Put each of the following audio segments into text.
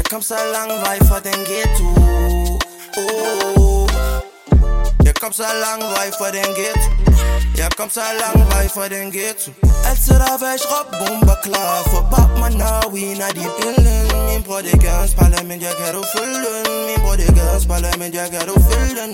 kom så lang vej fra den ghetto. Jeg kom så lang vej fra den ghetto. Jeg kom så lang vej fra den ghetto. Altid der væk råb bomber klar. For bab mig når we når de billen. Min bror det gør en spejler, men jeg kan du følge den. Min bror det gør en spejler, men jeg kan du følge den.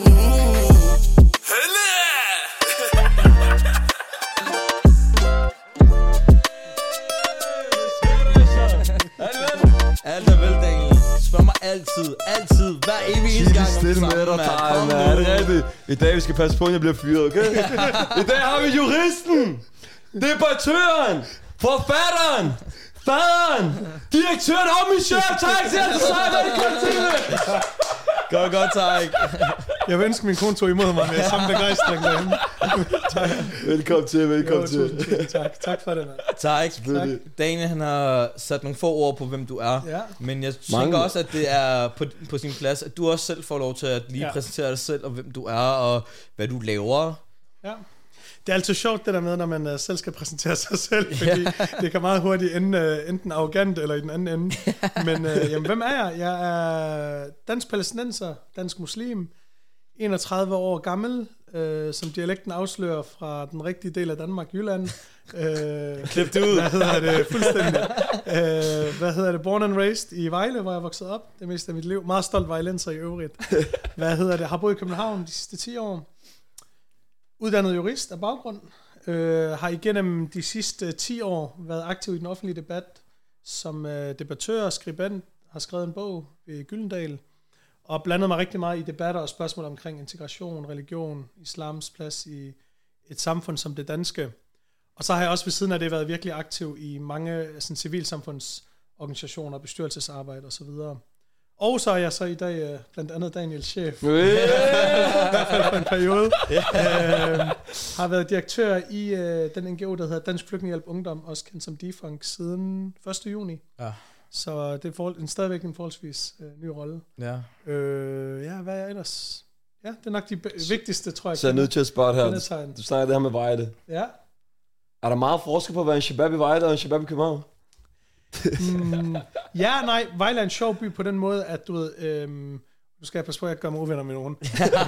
Alt er vel, Daniel. Spørg mig altid, hver evig eneste gang. Stille med dig, Thaj, man. Er det rigtigt? I dag vi skal passe på, at jeg bliver fyret, okay? I dag har vi juristen, debattøren, forfatteren, faderen, direktøren og min chef. Tak til jer, så velkommen til det. Godt, tak. Jeg vil ønske, min kone tog imod mig med samme begejstring derhjemme. Velkommen til. Tak for det, man. Tak. Daniel, han har sat nogle få ord på, hvem du er. Ja. Men jeg tænker også, at det er på sin plads, at du også selv får lov til at lige præsentere dig selv, og hvem du er, og hvad du laver. Ja. Det er altid sjovt, det der med, når man selv skal præsentere sig selv, fordi det kan meget hurtigt ende enten arrogant eller i den anden ende. Men jamen, hvem er jeg? Jeg er dansk palæstinenser, dansk muslim, 31 år gammel, som dialekten afslører fra den rigtige del af Danmark, Jylland. Klip det ud. Hvad hedder det? Fuldstændig. Born and raised i Vejle, hvor jeg er vokset op det meste af mit liv. Meget stolt vejlenser i øvrigt. Har boet i København de sidste 10 år. Uddannet jurist af baggrund. Har igennem de sidste 10 år været aktiv i den offentlige debat som debattør og skribent. Har skrevet en bog ved Gyldendal. Og blandet mig rigtig meget i debatter og spørgsmål omkring integration, religion, islams plads i et samfund som det danske. Og så har jeg også ved siden af det været virkelig aktiv i mange civilsamfundsorganisationer, bestyrelsesarbejde osv. Og så er jeg så i dag blandt andet Daniels chef. I hvert fald for en periode. Har været direktør i den NGO, der hedder Dansk Flygtningehjælp Ungdom, også kendt som DFUNK, siden 1. juni. Ja. Så det er stadigvæk en forholdsvis ny rolle. Ja. Hvad er jeg ellers? Ja, det er nok de vigtigste, tror jeg. Så jeg er nødt til at spørge her. Du snakker det her med Vejle. Ja. Er der meget forskel på at være en shabab i Vejle og en shabab i København? Vejle er en sjov by på den måde, at du ved, nu skal jeg passe på, at jeg gør mig uvenner med nogen.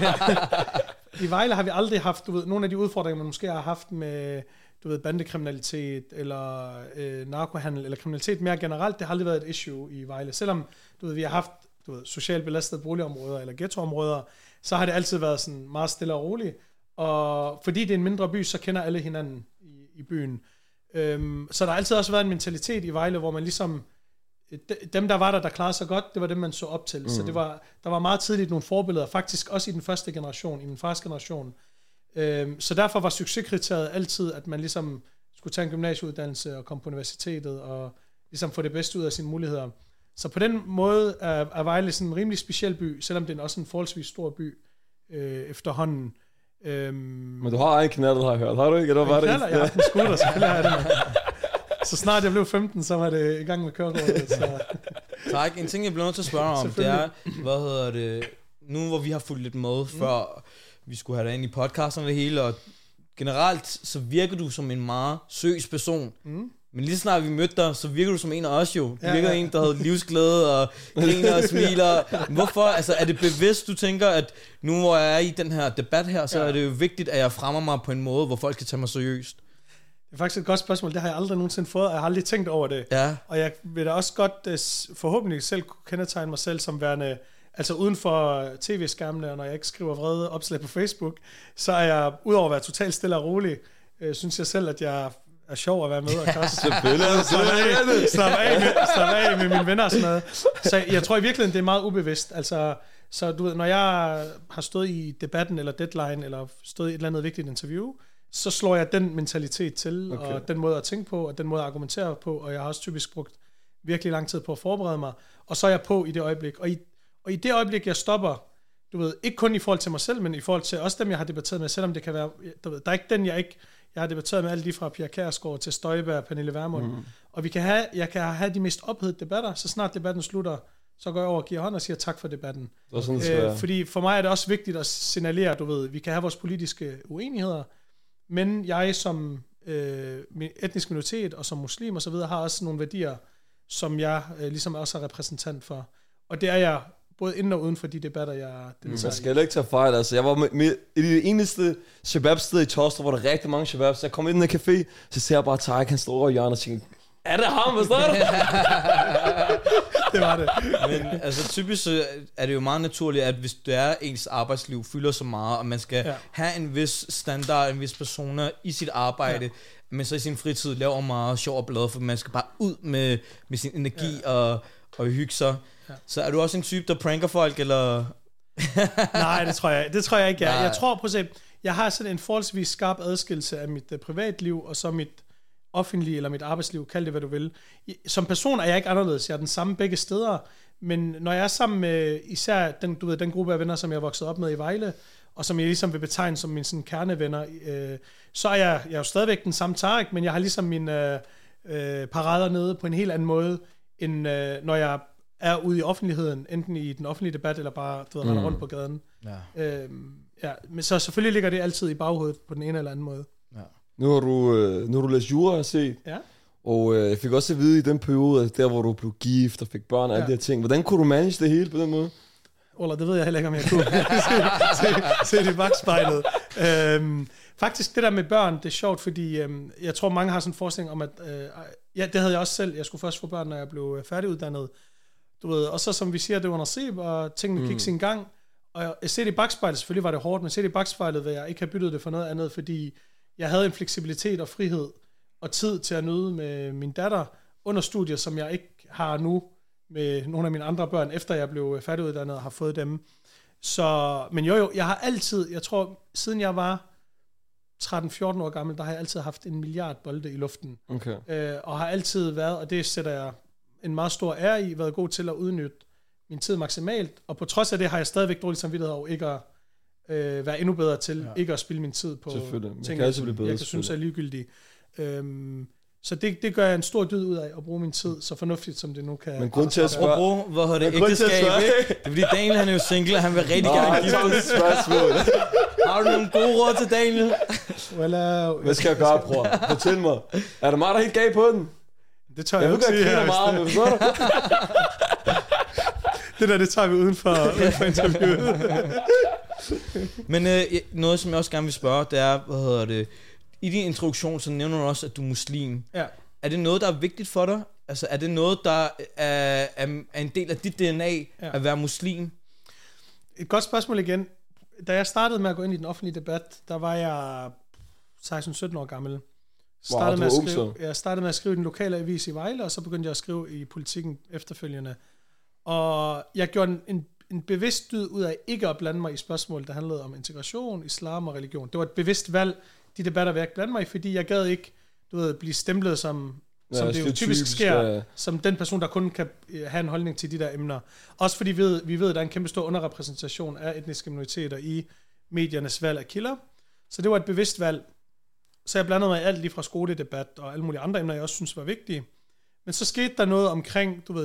I Vejle har vi aldrig haft, du ved, nogle af de udfordringer, man måske har haft med, du ved, bandekriminalitet, eller narkohandel, eller kriminalitet mere generelt, det har aldrig været et issue i Vejle. Selvom, du ved, vi har haft, du ved, socialt belastede boligområder, eller ghettoområder, så har det altid været sådan meget stille og roligt. Og fordi det er en mindre by, så kender alle hinanden i byen. Så der har altid også været en mentalitet i Vejle, hvor man ligesom, dem der var der klarede sig godt, det var dem man så op til. Så der var meget tidligt nogle forbilleder, faktisk også i den første generation, i min fars generation. Så derfor var succeskriteriet altid, at man ligesom skulle tage en gymnasieuddannelse og komme på universitetet og ligesom få det bedste ud af sine muligheder. Så på den måde er Vejle sådan en rimelig speciel by, selvom det er også en forholdsvis stor by efterhånden. Men du har egen knaldet, har jeg hørt. Har du ikke? Eller var det? Jeg har haft en scooter, selvfølgelig har jeg det. Så snart jeg blev 15, så var det i gang med kørekortet. Så. Tak. En ting, jeg bliver nødt til at spørge om, det er, nu hvor vi har fulgt lidt med, før vi skulle have dig ind i podcasten og det hele, og generelt, så virker du som en meget seriøs person. Men lige snart vi mødte dig, så virker du som en af os jo. Du virker en, der havde livsglæde og griner og smiler. Hvorfor? Altså, er det bevidst, du tænker, at nu hvor jeg er i den her debat her, så er det jo vigtigt, at jeg fremmer mig på en måde, hvor folk kan tage mig seriøst? Det er faktisk et godt spørgsmål. Det har jeg aldrig nogensinde fået, og jeg har aldrig tænkt over det. Ja. Og jeg vil da også godt forhåbentlig selv kunne kendetegne mig selv som værende, altså uden for tv-skærmene, og når jeg ikke skriver vrede opslag på Facebook, så er jeg, udover at være totalt stille og rolig, synes jeg selv, at jeg er sjov at være med og kaste. Selvfølgelig. Slap af med mine venner og sådan noget. Så jeg tror i virkeligheden, det er meget ubevidst. Altså, så du ved, når jeg har stået i debatten eller deadline, eller stået i et eller andet vigtigt interview, så slår jeg den mentalitet til, og den måde at tænke på, og den måde at argumentere på, og jeg har også typisk brugt virkelig lang tid på at forberede mig, og så er jeg på i det øjeblik. Og i det øjeblik, jeg stopper, du ved, ikke kun i forhold til mig selv, men i forhold til også dem, jeg har debatteret med, selvom det kan være, du ved, der er ikke den, jeg har debatteret med alle de fra Pia Kjærsgaard til Støjberg og Pernille Vermund. Og jeg kan have de mest ophedede debatter, så snart debatten slutter, så går jeg over og giver hånd og siger tak for debatten. Fordi for mig er det også vigtigt at signalere, du ved, vi kan have vores politiske uenigheder, men jeg som etnisk minoritet og som muslim og så videre har også nogle værdier, som jeg ligesom også er repræsentant for. Og det er jeg både inden og uden for de debatter, jeg deltager i. Man skal ikke tage fejl, altså. Jeg var med i det eneste shabab-sted i Tostrup, hvor der er rigtig mange shababs. Jeg kom ind i den café, så ser jeg bare Tarek, han står over i hjørnet og tænker, er det ham, hvad står der? Det var det. Men altså typisk er det jo meget naturligt, at hvis det er ens arbejdsliv fylder så meget, og man skal have en vis standard, en vis persona i sit arbejde, men så i sin fritid laver meget sjov og blad, for man skal bare ud med sin energi og hygge sig. Ja. Så er du også en type, der pranker folk, eller? Nej, det tror jeg ikke. Jeg tror, prøv at se, jeg har sådan en forholdsvis skarp adskillelse af mit privatliv, og så mit offentlige, eller mit arbejdsliv, kald det hvad du vil. Som person er jeg ikke anderledes, jeg er den samme begge steder, men når jeg er sammen med især den gruppe af venner, som jeg er vokset op med i Vejle, og som jeg ligesom vil betegne som mine sådan kernevenner, så er jeg jo stadigvæk den samme Tarek, men jeg har ligesom mine parader nede på en helt anden måde, end når jeg er ude i offentligheden, enten i den offentlige debat, eller bare render rundt på gaden. Ja. Men så selvfølgelig ligger det altid i baghovedet på den ene eller anden måde. Ja. Nu har du læst jura, jeg set. Ja. Og jeg fik også at vide i den periode, der hvor du blev gift og fik børn og alle de her ting. Hvordan kunne du manage det hele på den måde? Ola, det ved jeg heller ikke, om jeg kunne. se det i bagspejlet. Faktisk det der med børn, det er sjovt, fordi jeg tror mange har sådan en forestilling om, at det havde jeg også selv. Jeg skulle først få børn, når jeg blev færdiguddannet. Du ved, og så som vi siger, det var nasib, og tingene gik sin gang. Og jeg ser det i bagspejlet, selvfølgelig var det hårdt, men ser det i bagspejlet, vil jeg ikke have byttet det for noget andet, fordi jeg havde en fleksibilitet og frihed og tid til at nyde med min datter under studier, som jeg ikke har nu med nogle af mine andre børn, efter jeg blev færdiguddannet og har fået dem. Så, men jo, jeg har altid, jeg tror, siden jeg var 13-14 år gammel, der har jeg altid haft 1 milliard bolde i luften. Okay. Og har altid været, og det sætter jeg en meget stor ære i, været god til at udnytte min tid maksimalt, og på trods af det har jeg stadigvæk dårlig samvittighed over ikke at være endnu bedre til, ikke at spilde min tid på ting, jeg kan synes er ligegyldige. Så det gør jeg en stor dyd ud af, at bruge min tid så fornuftigt, som det nu kan. Men grund til at spørge... Og bruge, hvor hedder det, ægteskab, ikke? Det er fordi Daniel, han er jo single, og han vil rigtig gerne giftes. Har du nogle gode råd til Daniel? Hvad skal jeg gøre, bror? Fortæl mig. Er der meget, der er helt gav på den? Det tør jeg ikke sige her. Meget, men forstår du? Det tager vi uden for interviewet. Men noget, som jeg også gerne vil spørge, det er, i din introduktion, så nævner du også, at du er muslim. Ja. Er det noget, der er vigtigt for dig? Altså, er det noget, der er en del af dit DNA, at være muslim? Et godt spørgsmål igen. Da jeg startede med at gå ind i den offentlige debat, der var jeg 16-17 år gammel. Jeg startede med at skrive i den lokale avis i Vejle, og så begyndte jeg at skrive i Politikken efterfølgende. Og jeg gjorde en bevidst dyd ud af ikke at blande mig i spørgsmål, der handlede om integration, islam og religion. Det var et bevidst valg, de debatter vil jeg ikke blande mig i, fordi jeg gad ikke blive stemplet som det jo typisk sker, som den person, der kun kan have en holdning til de der emner. Også fordi vi ved, at der er en kæmpe stor underrepræsentation af etniske minoriteter i mediernes valg af kilder. Så det var et bevidst valg. Så jeg blandede mig i alt lige fra skoledebat og alle mulige andre emner, jeg også synes var vigtige. Men så skete der noget omkring, 13-14,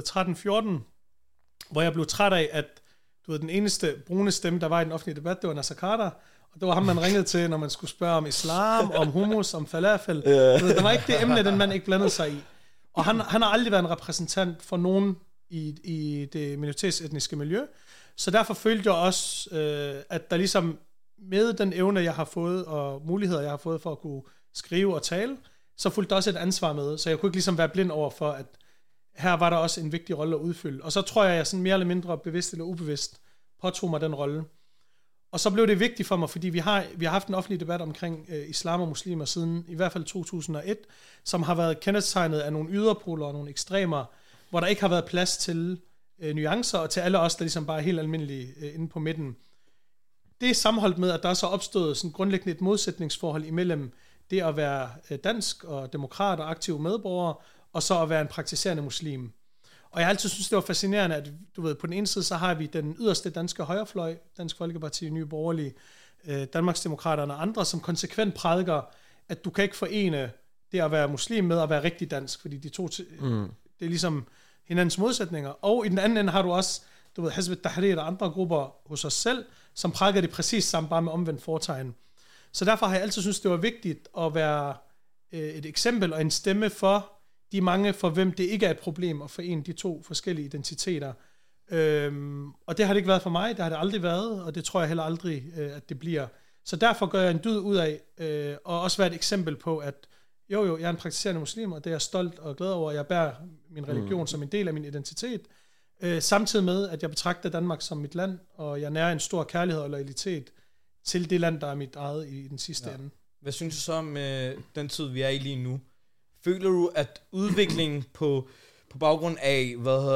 hvor jeg blev træt af, at den eneste brune stemme, der var i den offentlige debat, det var Nasser Carter. Og det var ham, man ringede til, når man skulle spørge om islam, om hummus, om falafel. Der var ikke det emne, den mand ikke blandede sig i. Og han har aldrig været en repræsentant for nogen i det minoritetsetniske miljø. Så derfor følte jeg også, at der ligesom med den evne, jeg har fået, og muligheder, jeg har fået for at kunne skrive og tale, så fulgte der også et ansvar med. Så jeg kunne ikke ligesom være blind over for, at her var der også en vigtig rolle at udfylde. Og så tror jeg sådan mere eller mindre bevidst eller ubevidst påtog mig den rolle. Og så blev det vigtigt for mig, fordi vi har haft en offentlig debat omkring islam og muslimer siden i hvert fald 2001, som har været kendetegnet af nogle yderpoler og nogle ekstremer, hvor der ikke har været plads til nuancer, og til alle os, der ligesom bare er helt almindelige inde på midten. Det er sammenholdt med, at der så er opstået sådan grundlæggende et modsætningsforhold imellem det at være dansk og demokrat og aktiv medborger, og så at være en praktiserende muslim. Og jeg har altid synes, det var fascinerende, at på den ene side, så har vi den yderste danske højrefløj, Dansk Folkeparti, Nye Borgerlige, Danmarksdemokraterne og andre, som konsekvent prædiker, at du kan ikke forene det at være muslim med at være rigtig dansk, fordi de to, det er ligesom hinandens modsætninger. Og i den anden ende har du også, Hizb ut-Tahrir og andre grupper hos os selv, som prædiker det præcis samme, bare med omvendt fortegn. Så derfor har jeg altid synes, det var vigtigt at være et eksempel og en stemme for de mange, for hvem det ikke er et problem at forene de to forskellige identiteter. Og det har det ikke været for mig, det har det aldrig været, og det tror jeg heller aldrig, at det bliver. Så derfor gør jeg en dyd ud af, og også være et eksempel på, at jo, jeg er en praktiserende muslim, og det er jeg stolt og glad over, at jeg bærer min religion som en del af min identitet, samtidig med, at jeg betragter Danmark som mit land, og jeg nærer en stor kærlighed og loyalitet til det land, der er mit eget i den sidste ende. Hvad synes du så om den tid, vi er i lige nu? Føler du, at udviklingen på baggrund af,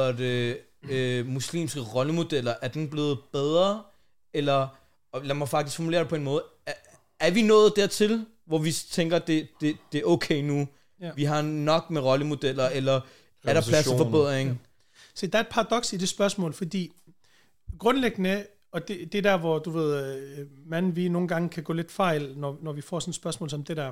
muslimske rollemodeller, er den blevet bedre? Eller, lad mig faktisk formulere det på en måde, er vi nået dertil, hvor vi tænker, det er okay nu? Ja. Vi har nok med rollemodeller, eller er der plads til forbedring? Ja. Så der er et paradoks i det spørgsmål, fordi grundlæggende, og det er der, hvor du ved, vi nogle gange kan gå lidt fejl, når vi får sådan et spørgsmål som det der,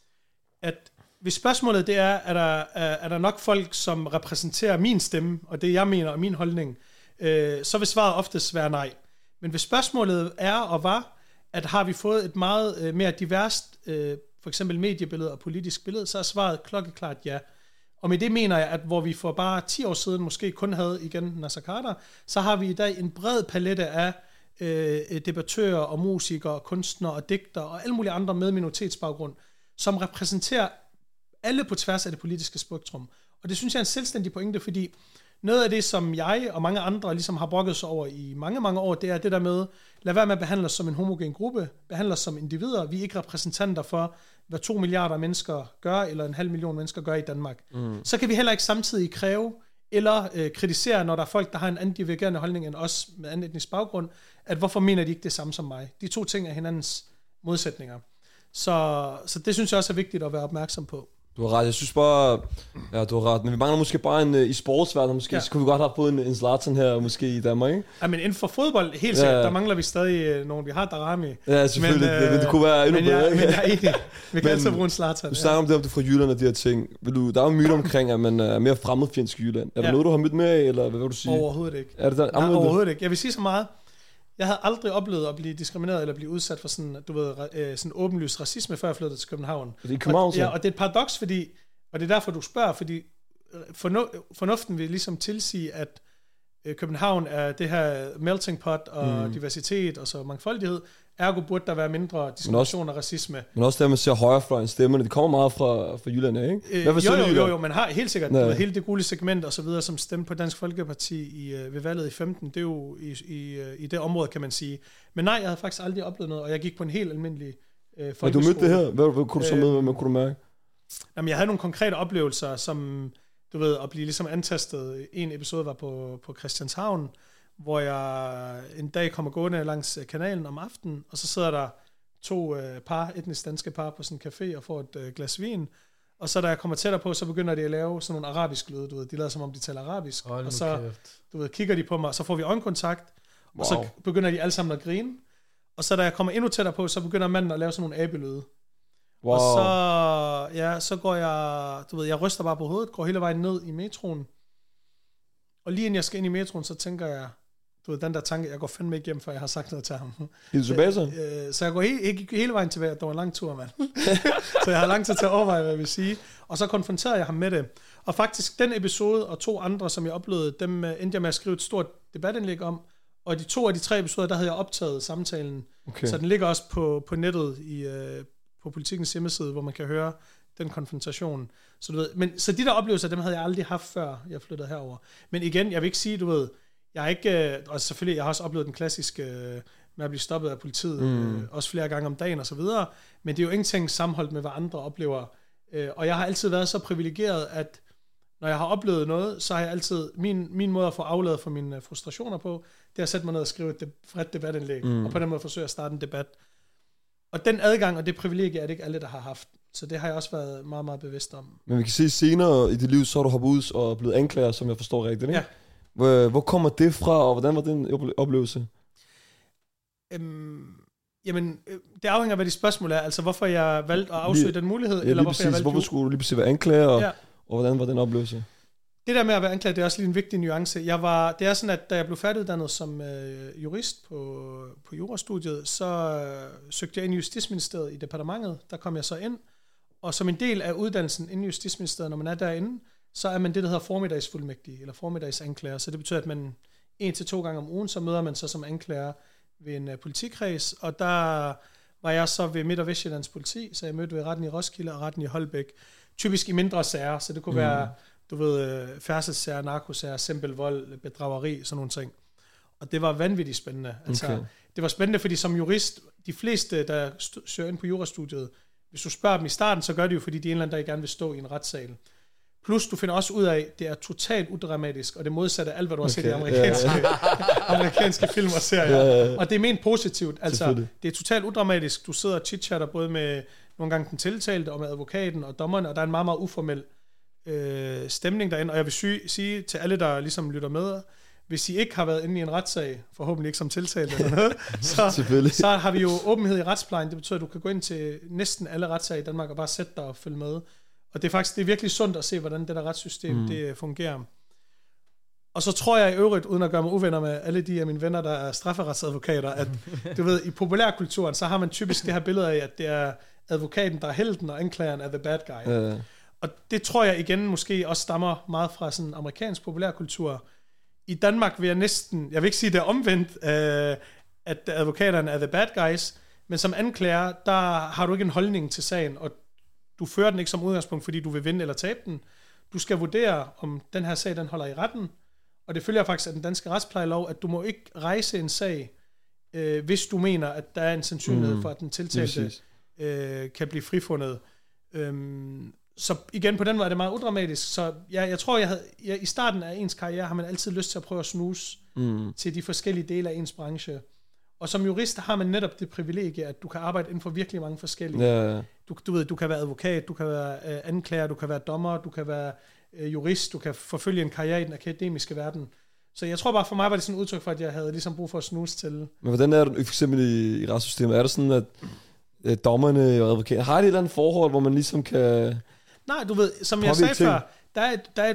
at hvis spørgsmålet det er der nok folk, som repræsenterer min stemme, og det jeg mener og min holdning, så vil svaret oftest være nej. Men hvis spørgsmålet er og var, at har vi fået et meget mere diverst, for eksempel mediebillede og politisk billede, så er svaret klokkeklart ja. Og med det mener jeg, at hvor vi for bare 10 år siden måske kun havde igen Naser Khader, så har vi i dag en bred palette af debattører og musikere og kunstnere og digtere og alle mulige andre med minoritetsbaggrund, som repræsenterer alle på tværs af det politiske spektrum. Og det synes jeg er en selvstændig pointe, fordi noget af det, som jeg og mange andre ligesom har brokket sig over i mange, mange år, det er det der med, lad være med at behandle os som en homogen gruppe, behandle os som individer. Vi er ikke repræsentanter for, hvad 2 milliarder mennesker gør, eller 500.000 mennesker gør i Danmark. Så kan vi heller ikke samtidig kræve, eller kritisere, når der er folk, der har en anden divergerende holdning end os, med anden etnisk baggrund, at hvorfor mener de ikke det samme som mig? De to ting er hinandens modsætninger. Så det synes jeg også er vigtigt at være opmærksom på. Du har ret, jeg synes bare, ja, du har ret, men vi mangler måske bare i sportsverdenen, måske, så kunne vi godt have fået en Zlatan her, måske i Danmark, ikke? Ja, men inden for fodbold, helt sikkert, der mangler vi stadig nogen, vi har Darami. Ja, selvfølgelig, men det kunne være endnu bedre, ikke? Men jeg er enig, vi kan altid bruge en Zlatan. Du snakker om det fra Jylland og de her ting, der er jo myter omkring, at man er mere fremmedfjendsk i Jylland. Er der noget, du har mødt med af, eller hvad vil du sige? Overhovedet ikke. Er det der? Nej, overhovedet ikke. Jeg vil sige så meget, jeg havde aldrig oplevet at blive diskrimineret eller blive udsat for sådan, du ved, sådan åbenlyst racisme, før jeg flyttede til København. Det er København, så? Ja, og det er et paradoks, fordi, og det er derfor, du spørger, fordi fornuften vil ligesom tilsige, at København er det her melting pot og diversitet og så mangfoldighed. Ergo burde der være mindre diskrimination og racisme. Men også der, man ser højrefløjen stemmerne, det kommer meget fra Jylland, ikke? Jo, man har helt sikkert hele det gule segment og så videre, som stemte på Dansk Folkeparti ved valget i 15, det er jo i det område, kan man sige. Men nej, jeg havde faktisk aldrig oplevet noget, og jeg gik på en helt almindelig folkeskole. Og du mødte det her? Hvad kunne du så med, hvad kunne du mærke? Jamen, jeg havde nogle konkrete oplevelser, som, du ved, at blive ligesom antastet. En episode var på Christianshavn, hvor jeg en dag kommer gående langs kanalen om aftenen, og så sidder der 2 etnisk danske par på sådan en café og får et glas vin, og så da jeg kommer tættere på, så begynder de at lave sådan nogle arabisk lyde, du ved, de lader som om de taler arabisk, og så du ved, kigger de på mig, og så får vi øjenkontakt, og så begynder de alle sammen at grine, og så da jeg kommer endnu tættere på, så begynder manden at lave sådan nogle abelyde. Wow. Og så går jeg, du ved, jeg ryster bare på hovedet, går hele vejen ned i metroen, og lige inden jeg skal ind i metroen, så tænker jeg, du ved, den der tanke, jeg går fandme ikke hjem, før jeg har sagt noget til ham. Er du tilbage så? Så jeg går ikke hele vejen tilbage, det var en lang tur, mand. Så jeg har lang tid til at overveje, hvad jeg vil sige. Og så konfronterede jeg ham med det. Og faktisk den episode og 2 andre, som jeg oplevede, dem endte jeg med at skrive et stort debatindlæg om. Og de 2 af de 3 episoder, der havde jeg optaget samtalen. Okay. Så den ligger også på nettet på Politikens hjemmeside, hvor man kan høre den konfrontation. Så du ved, så de der oplevelser, dem havde jeg aldrig haft, før jeg flyttede herover. Men igen, jeg vil ikke sige, du ved, jeg er ikke, og selvfølgelig, jeg har også oplevet den klassiske med at blive stoppet af politiet, også flere gange om dagen og så videre, men det er jo ingenting sammenholdt med, hvad andre oplever. Og jeg har altid været så privilegeret, at når jeg har oplevet noget, så har jeg altid, min måde at få afladet for mine frustrationer på, det er at sætte mig ned og skrive et bredt debatindlæg, og på den måde forsøge at starte en debat. Og den adgang og det privilegie er det ikke alle, der har haft. Så det har jeg også været meget, meget bevidst om. Men vi kan se senere i dit liv, så har du hoppet ud og blevet anklager, som jeg forstår rigtigt, ikke? Ja. Hvor kommer det fra, og hvordan var den oplevelse? Jamen, det afhænger af, hvad de spørgsmål er. Altså, hvorfor jeg valgte at afsøge den mulighed, eller hvorfor jeg valgte... Hvorfor skulle du lige pludselig være anklager, og hvordan var den oplevelse? Det der med at være anklager, det er også lige en vigtig nuance. Det er sådan, at da jeg blev færdiguddannet som jurist på jurastudiet, så søgte jeg ind i Justitsministeriet i departementet. Der kom jeg så ind, og som en del af uddannelsen inde i Justitsministeriet, når man er derinde, så er man det, der hedder formiddagsfuldmægtig, eller formiddagsanklager. Så det betyder, at man 1 til 2 gange om ugen, så møder man så som anklager ved en politikreds, og der var jeg så ved Midt- og Vestjyllands politi, så jeg mødte ved retten i Roskilde og retten i Holbæk. Typisk i mindre sager, så det kunne være, du ved, færdselssager, narkosager, simpel vold, bedrageri, sådan nogle ting. Og det var vanvittigt spændende. Altså, det var spændende, fordi som jurist, de fleste, der søger ind på jurastudiet, hvis du spørger dem i starten, så gør de jo, fordi de er en eller anden, der gerne vil stå i en retssal. Plus, du finder også ud af, at det er totalt udramatisk, og det modsatte af alt, hvad du har set i amerikanske film og serier. Og det er ment positivt. Altså, det er totalt udramatisk. Du sidder og chit-chatter både med nogle gange den tiltalte, og med advokaten og dommerne, og der er en meget, meget uformel stemning derinde. Og jeg vil sige til alle, der ligesom lytter med, hvis I ikke har været inde i en retssag, forhåbentlig ikke som tiltalt eller noget, så har vi jo åbenhed i retsplejen. Det betyder, at du kan gå ind til næsten alle retssager i Danmark og bare sætte dig og følge med. Og det er virkelig sundt at se, hvordan det der retssystem det fungerer. Og så tror jeg i øvrigt, uden at gøre mig uvenner med alle de af mine venner, der er strafferetsadvokater, at du ved, i populærkulturen, så har man typisk det her billede af, at det er advokaten, der er helten, og anklageren er the bad guy. Og det tror jeg igen måske også stammer meget fra sådan amerikansk populærkultur. I Danmark vil jeg vil ikke sige det er omvendt, at advokaterne er the bad guys, men som anklager, der har du ikke en holdning til sagen, og du fører den ikke som udgangspunkt, fordi du vil vinde eller tabe den. Du skal vurdere, om den her sag, den holder i retten, og det følger faktisk af den danske retsplejelov, at du må ikke rejse en sag, hvis du mener, at der er en sandsynlighed for, at den tiltalte kan blive frifundet. Så igen, på den måde er det meget udramatisk. Så jeg tror, i starten af ens karriere har man altid lyst til at prøve at snuse til de forskellige dele af ens branche. Og som jurist har man netop det privilegie, at du kan arbejde inden for virkelig mange forskellige. Du ved, du kan være advokat, du kan være anklager, du kan være dommer, du kan være jurist, du kan forfølge en karriere i den akademiske verden. Så jeg tror bare, for mig var det sådan et udtryk for, at jeg havde ligesom brug for at snuse til. Men hvordan er det for eksempel i retssystemet? Er det sådan, at dommerne og advokater har et eller andet forhold, hvor man ligesom kan... Nej, du ved, som jeg sagde før, der er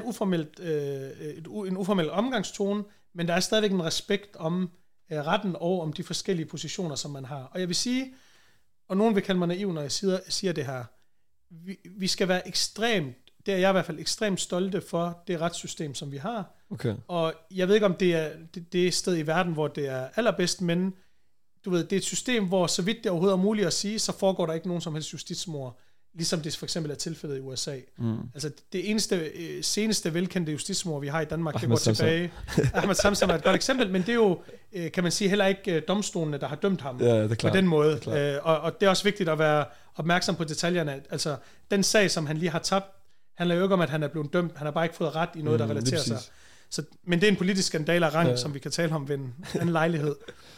en uformel omgangstone, men der er stadigvæk en respekt om retten og om de forskellige positioner, som man har. Og jeg vil sige, og nogen vil kalde mig naiv, når jeg siger det her, vi skal være ekstremt, det er jeg i hvert fald ekstremt stolte for det retssystem, som vi har. Okay. Og jeg ved ikke, om det er det sted i verden, hvor det er allerbedst, men du ved, det er et system, hvor så vidt det overhovedet er muligt at sige, så foregår der ikke nogen som helst justitsmord, ligesom det for eksempel er tilfældet i USA. Altså det seneste velkendte justitsmord, vi har i Danmark, det går tilbage. Ahmed Samsam er et godt eksempel, men det er jo, kan man sige, heller ikke domstolene, der har dømt ham på den måde. Og det er også vigtigt at være opmærksom på detaljerne. Altså den sag, som han lige har tabt, handler jo ikke om, at han er blevet dømt. Han har bare ikke fået ret i noget, der relaterer sig. Så, men det er en politisk skandale af rang, som vi kan tale om ved en anden lejlighed.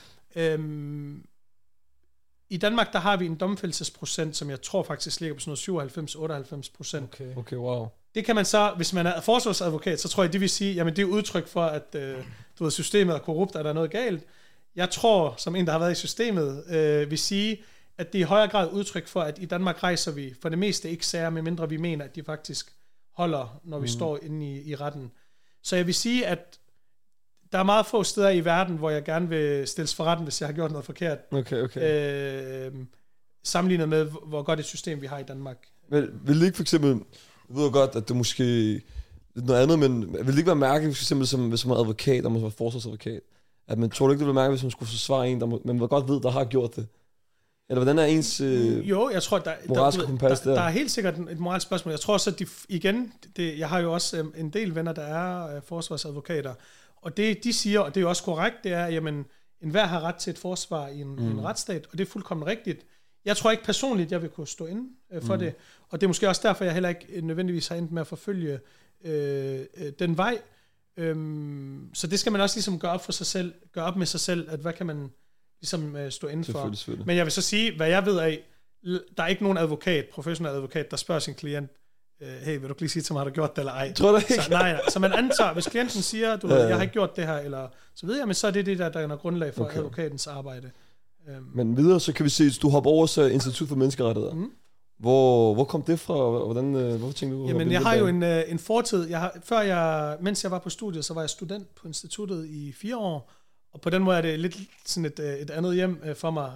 I Danmark, der har vi en domfældelsesprocent, som jeg tror faktisk ligger på sådan noget 97-98%. Okay, wow. Det kan man så, hvis man er forsvarsadvokat, så tror jeg, det vil sige, jamen det er udtryk for, at du ved, systemet er korrupt, og der er noget galt. Jeg tror, som en, der har været i systemet, vil sige, at det er i højere grad udtryk for, at i Danmark rejser vi for det meste ikke sager, medmindre vi mener, at de faktisk holder, når vi står inde i retten. Så jeg vil sige, at der er meget få steder i verden, hvor jeg gerne vil stilles for retten, hvis jeg har gjort noget forkert. Okay. Sammenlignet med, hvor godt et system vi har i Danmark. Men vil det ikke for eksempel, jeg ved godt, at det måske noget andet, men vil det ikke være mærkeligt, for eksempel hvis man er advokat, og man er forsvarsadvokat, at man tror ikke, det vil være mærkeligt, hvis man skulle forsvare en, man godt ved, der har gjort det? Eller hvordan er ens jo, jeg tror, der er helt sikkert et moralsk spørgsmål. Jeg tror også, at jeg har jo også en del venner, der er forsvarsadvokater, og det de siger, og det er jo også korrekt, det er, jamen, enhver har ret til et forsvar i en retsstat, og det er fuldkommen rigtigt. Jeg tror ikke personligt, jeg vil kunne stå inde for det, og det er måske også derfor, jeg heller ikke nødvendigvis har endt med at forfølge den vej. Så det skal man også ligesom gøre op med sig selv, at hvad kan man ligesom stå inden for. Men jeg vil så sige, hvad jeg ved af, der er ikke nogen professionel advokat, der spørger sin klient, hey, vil du lige sige til mig, har du gjort det eller ej? Tror du ikke? Så man antager, hvis klienten siger, jeg har ikke gjort det her, eller så videre, men så er det der er grundlag for advokatens arbejde. Men videre, så kan vi se, at du hopper over til Institut for Menneskerettigheder. Hvor kom det fra? Hvorfor tænkte du? Jamen, jeg har jo en fortid. Mens jeg var på studiet, så var jeg student på instituttet i 4 år, og på den måde er det lidt sådan et andet hjem for mig.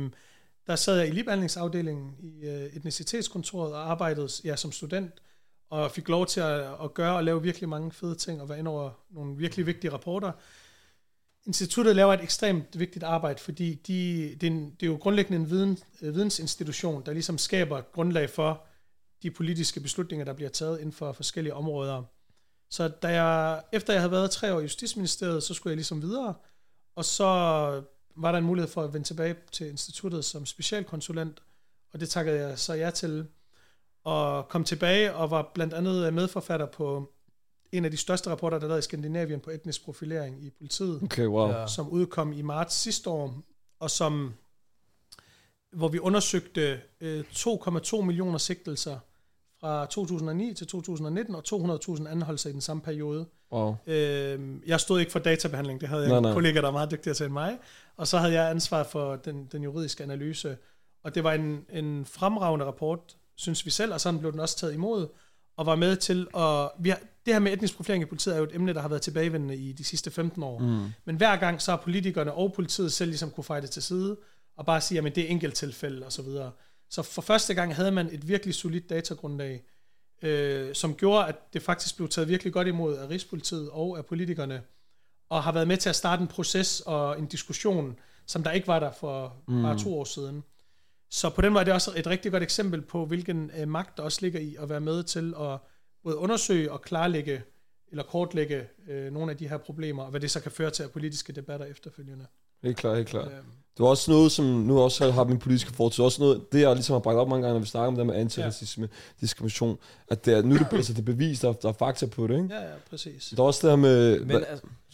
Der sad jeg i ligebehandlingsafdelingen i etnicitetskontoret og arbejdede som student, og fik lov til at gøre og lave virkelig mange fede ting, og være ind over nogle virkelig vigtige rapporter. Instituttet laver et ekstremt vigtigt arbejde, fordi det er jo grundlæggende en vidensinstitution, der ligesom skaber grundlag for de politiske beslutninger, der bliver taget inden for forskellige områder. Så efter jeg havde været 3 år i Justitsministeriet, så skulle jeg ligesom videre, og så var der en mulighed for at vende tilbage til instituttet som specialkonsulent, og det takkede jeg så ja til, og kom tilbage og var blandt andet medforfatter på en af de største rapporter, der er lavet i Skandinavien på etnisk profilering i politiet, okay, wow. Som udkom i marts sidste år, og hvor vi undersøgte 2,2 millioner sigtelser fra 2009 til 2019, og 200.000 anholdelser i den samme periode. Wow. Jeg stod ikke for databehandling, det havde jeg en kollega, der var meget dygtigere til end mig, og så havde jeg ansvar for den juridiske analyse, og det var en fremragende rapport, synes vi selv, og sådan blev den også taget imod, og var med til at... Det her med etnisk profilering i politiet er jo et emne, der har været tilbagevendende i de sidste 15 år. Men hver gang så har politikerne og politiet selv ligesom kunne feje det til side, og bare sige, at det er enkelttilfælde og så videre. Så for første gang havde man et virkelig solidt datagrundlag, som gjorde, at det faktisk blev taget virkelig godt imod af Rigspolitiet og af politikerne, og har været med til at starte en proces og en diskussion, som der ikke var der for bare 2 år siden. Så på den måde er det også et rigtig godt eksempel på, hvilken magt der også ligger i at være med til at både undersøge og klarlægge eller kortlægge nogle af de her problemer, og hvad det så kan føre til af politiske debatter efterfølgende. Helt klart. Det var også noget, som nu også har min politiske fortid, også noget, det jeg ligesom har bragt op mange gange, når vi snakker om det med antiracisme, diskrimination, at det er, nu det er bevis, der er fakta på det, ikke? Ja, præcis. Der er også det her med... Men,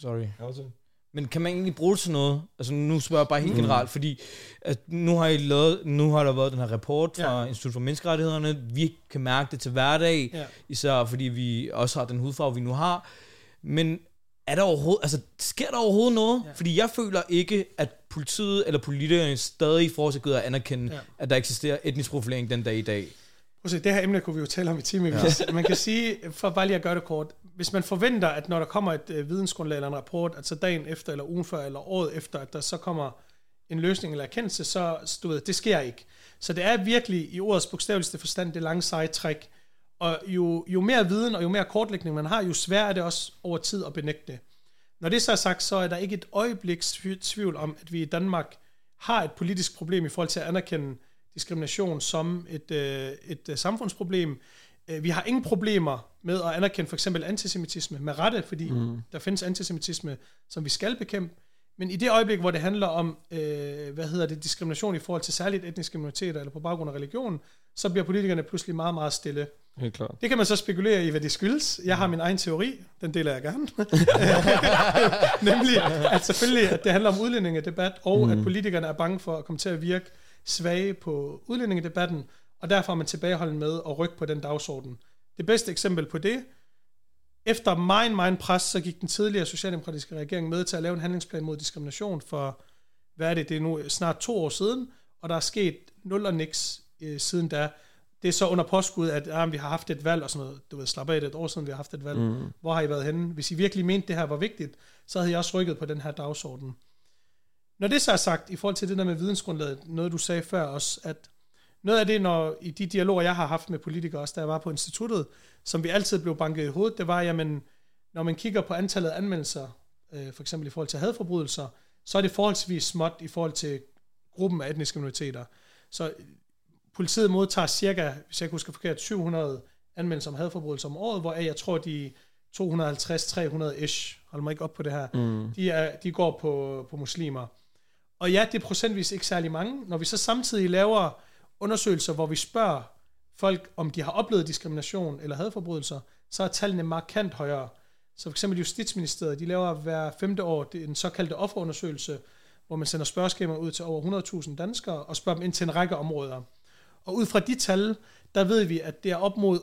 men kan man egentlig bruge det til noget? Altså nu spørger jeg bare helt generelt, fordi at nu har der været den her rapport fra Institut for Menneskerettighederne. Vi kan mærke det til hverdag, især fordi vi også har den hudfarve, vi nu har. Men er der overhovedet, sker der overhovedet noget? Ja. Fordi jeg føler ikke, at politiet eller politikerne stadig fortsætter at anerkende, at der eksisterer etnisk profilering den dag i dag. Det her emne kunne vi jo tale om i timevis. Man kan sige, for bare lige at gøre det kort, hvis man forventer, at når der kommer et vidensgrundlag eller en rapport, at så dagen efter, eller ugen før, eller året efter, at der så kommer en løsning eller erkendelse, så det sker ikke. Så det er virkelig i ordets bogstaveligste forstand det lange seje træk. Og jo mere viden og jo mere kortlægning man har, jo sværere er det også over tid at benægte. Når det så er sagt, så er der ikke et øjebliks tvivl om, at vi i Danmark har et politisk problem i forhold til at anerkende diskrimination som et samfundsproblem. Vi har ingen problemer med at anerkende for eksempel antisemitisme med rette, fordi der findes antisemitisme, som vi skal bekæmpe. Men i det øjeblik, hvor det handler om diskrimination i forhold til særligt etniske minoriteter eller på baggrund af religion, så bliver politikerne pludselig meget, meget stille. Helt klart. Det kan man så spekulere i, hvad det skyldes. Jeg har min egen teori, den deler jeg gerne. Nemlig, at selvfølgelig, at det handler om udlændingedebat, og at politikerne er bange for at komme til at virke svage på udlændingedebatten, og derfor er man tilbageholden med at rykke på den dagsorden. Det bedste eksempel på det, efter meget pres, så gik den tidligere socialdemokratiske regering med til at lave en handlingsplan mod diskrimination for, det er nu snart 2 år siden, og der er sket nul og niks siden da. Det er så under påskud, at vi har haft et valg og sådan noget. Du ved, slap af, det et år siden, vi har haft et valg. Hvor har I været henne? Hvis I virkelig mente, det her var vigtigt, så havde jeg også rykket på den her dagsorden. Når det så er sagt, i forhold til det der med vidensgrundlaget, noget du sagde før også, at noget af det, i de dialoger, jeg har haft med politikere, også da jeg var på instituttet, som vi altid blev banket i hovedet, det var, jamen, når man kigger på antallet af anmeldelser, for eksempel i forhold til hadforbrydelser, så er det forholdsvis småt i forhold til gruppen af etniske minoriteter. Så politiet modtager cirka, hvis jeg ikke husker forkert, 700 anmeldelser om hadforbrydelser om året, hvoraf jeg tror, de 250-300-ish, hold mig ikke op på det her, de går på muslimer. Og ja, det er procentvis ikke særlig mange. Når vi så samtidig laver undersøgelser, hvor vi spørger folk, om de har oplevet diskrimination eller hadforbrydelser, så er tallene markant højere. Så for eksempel Justitsministeriet, de laver hver 5. år en såkaldte offerundersøgelse, hvor man sender spørgeskemaer ud til over 100.000 danskere og spørger dem ind til en række områder. Og ud fra de tal, der ved vi, at det er op mod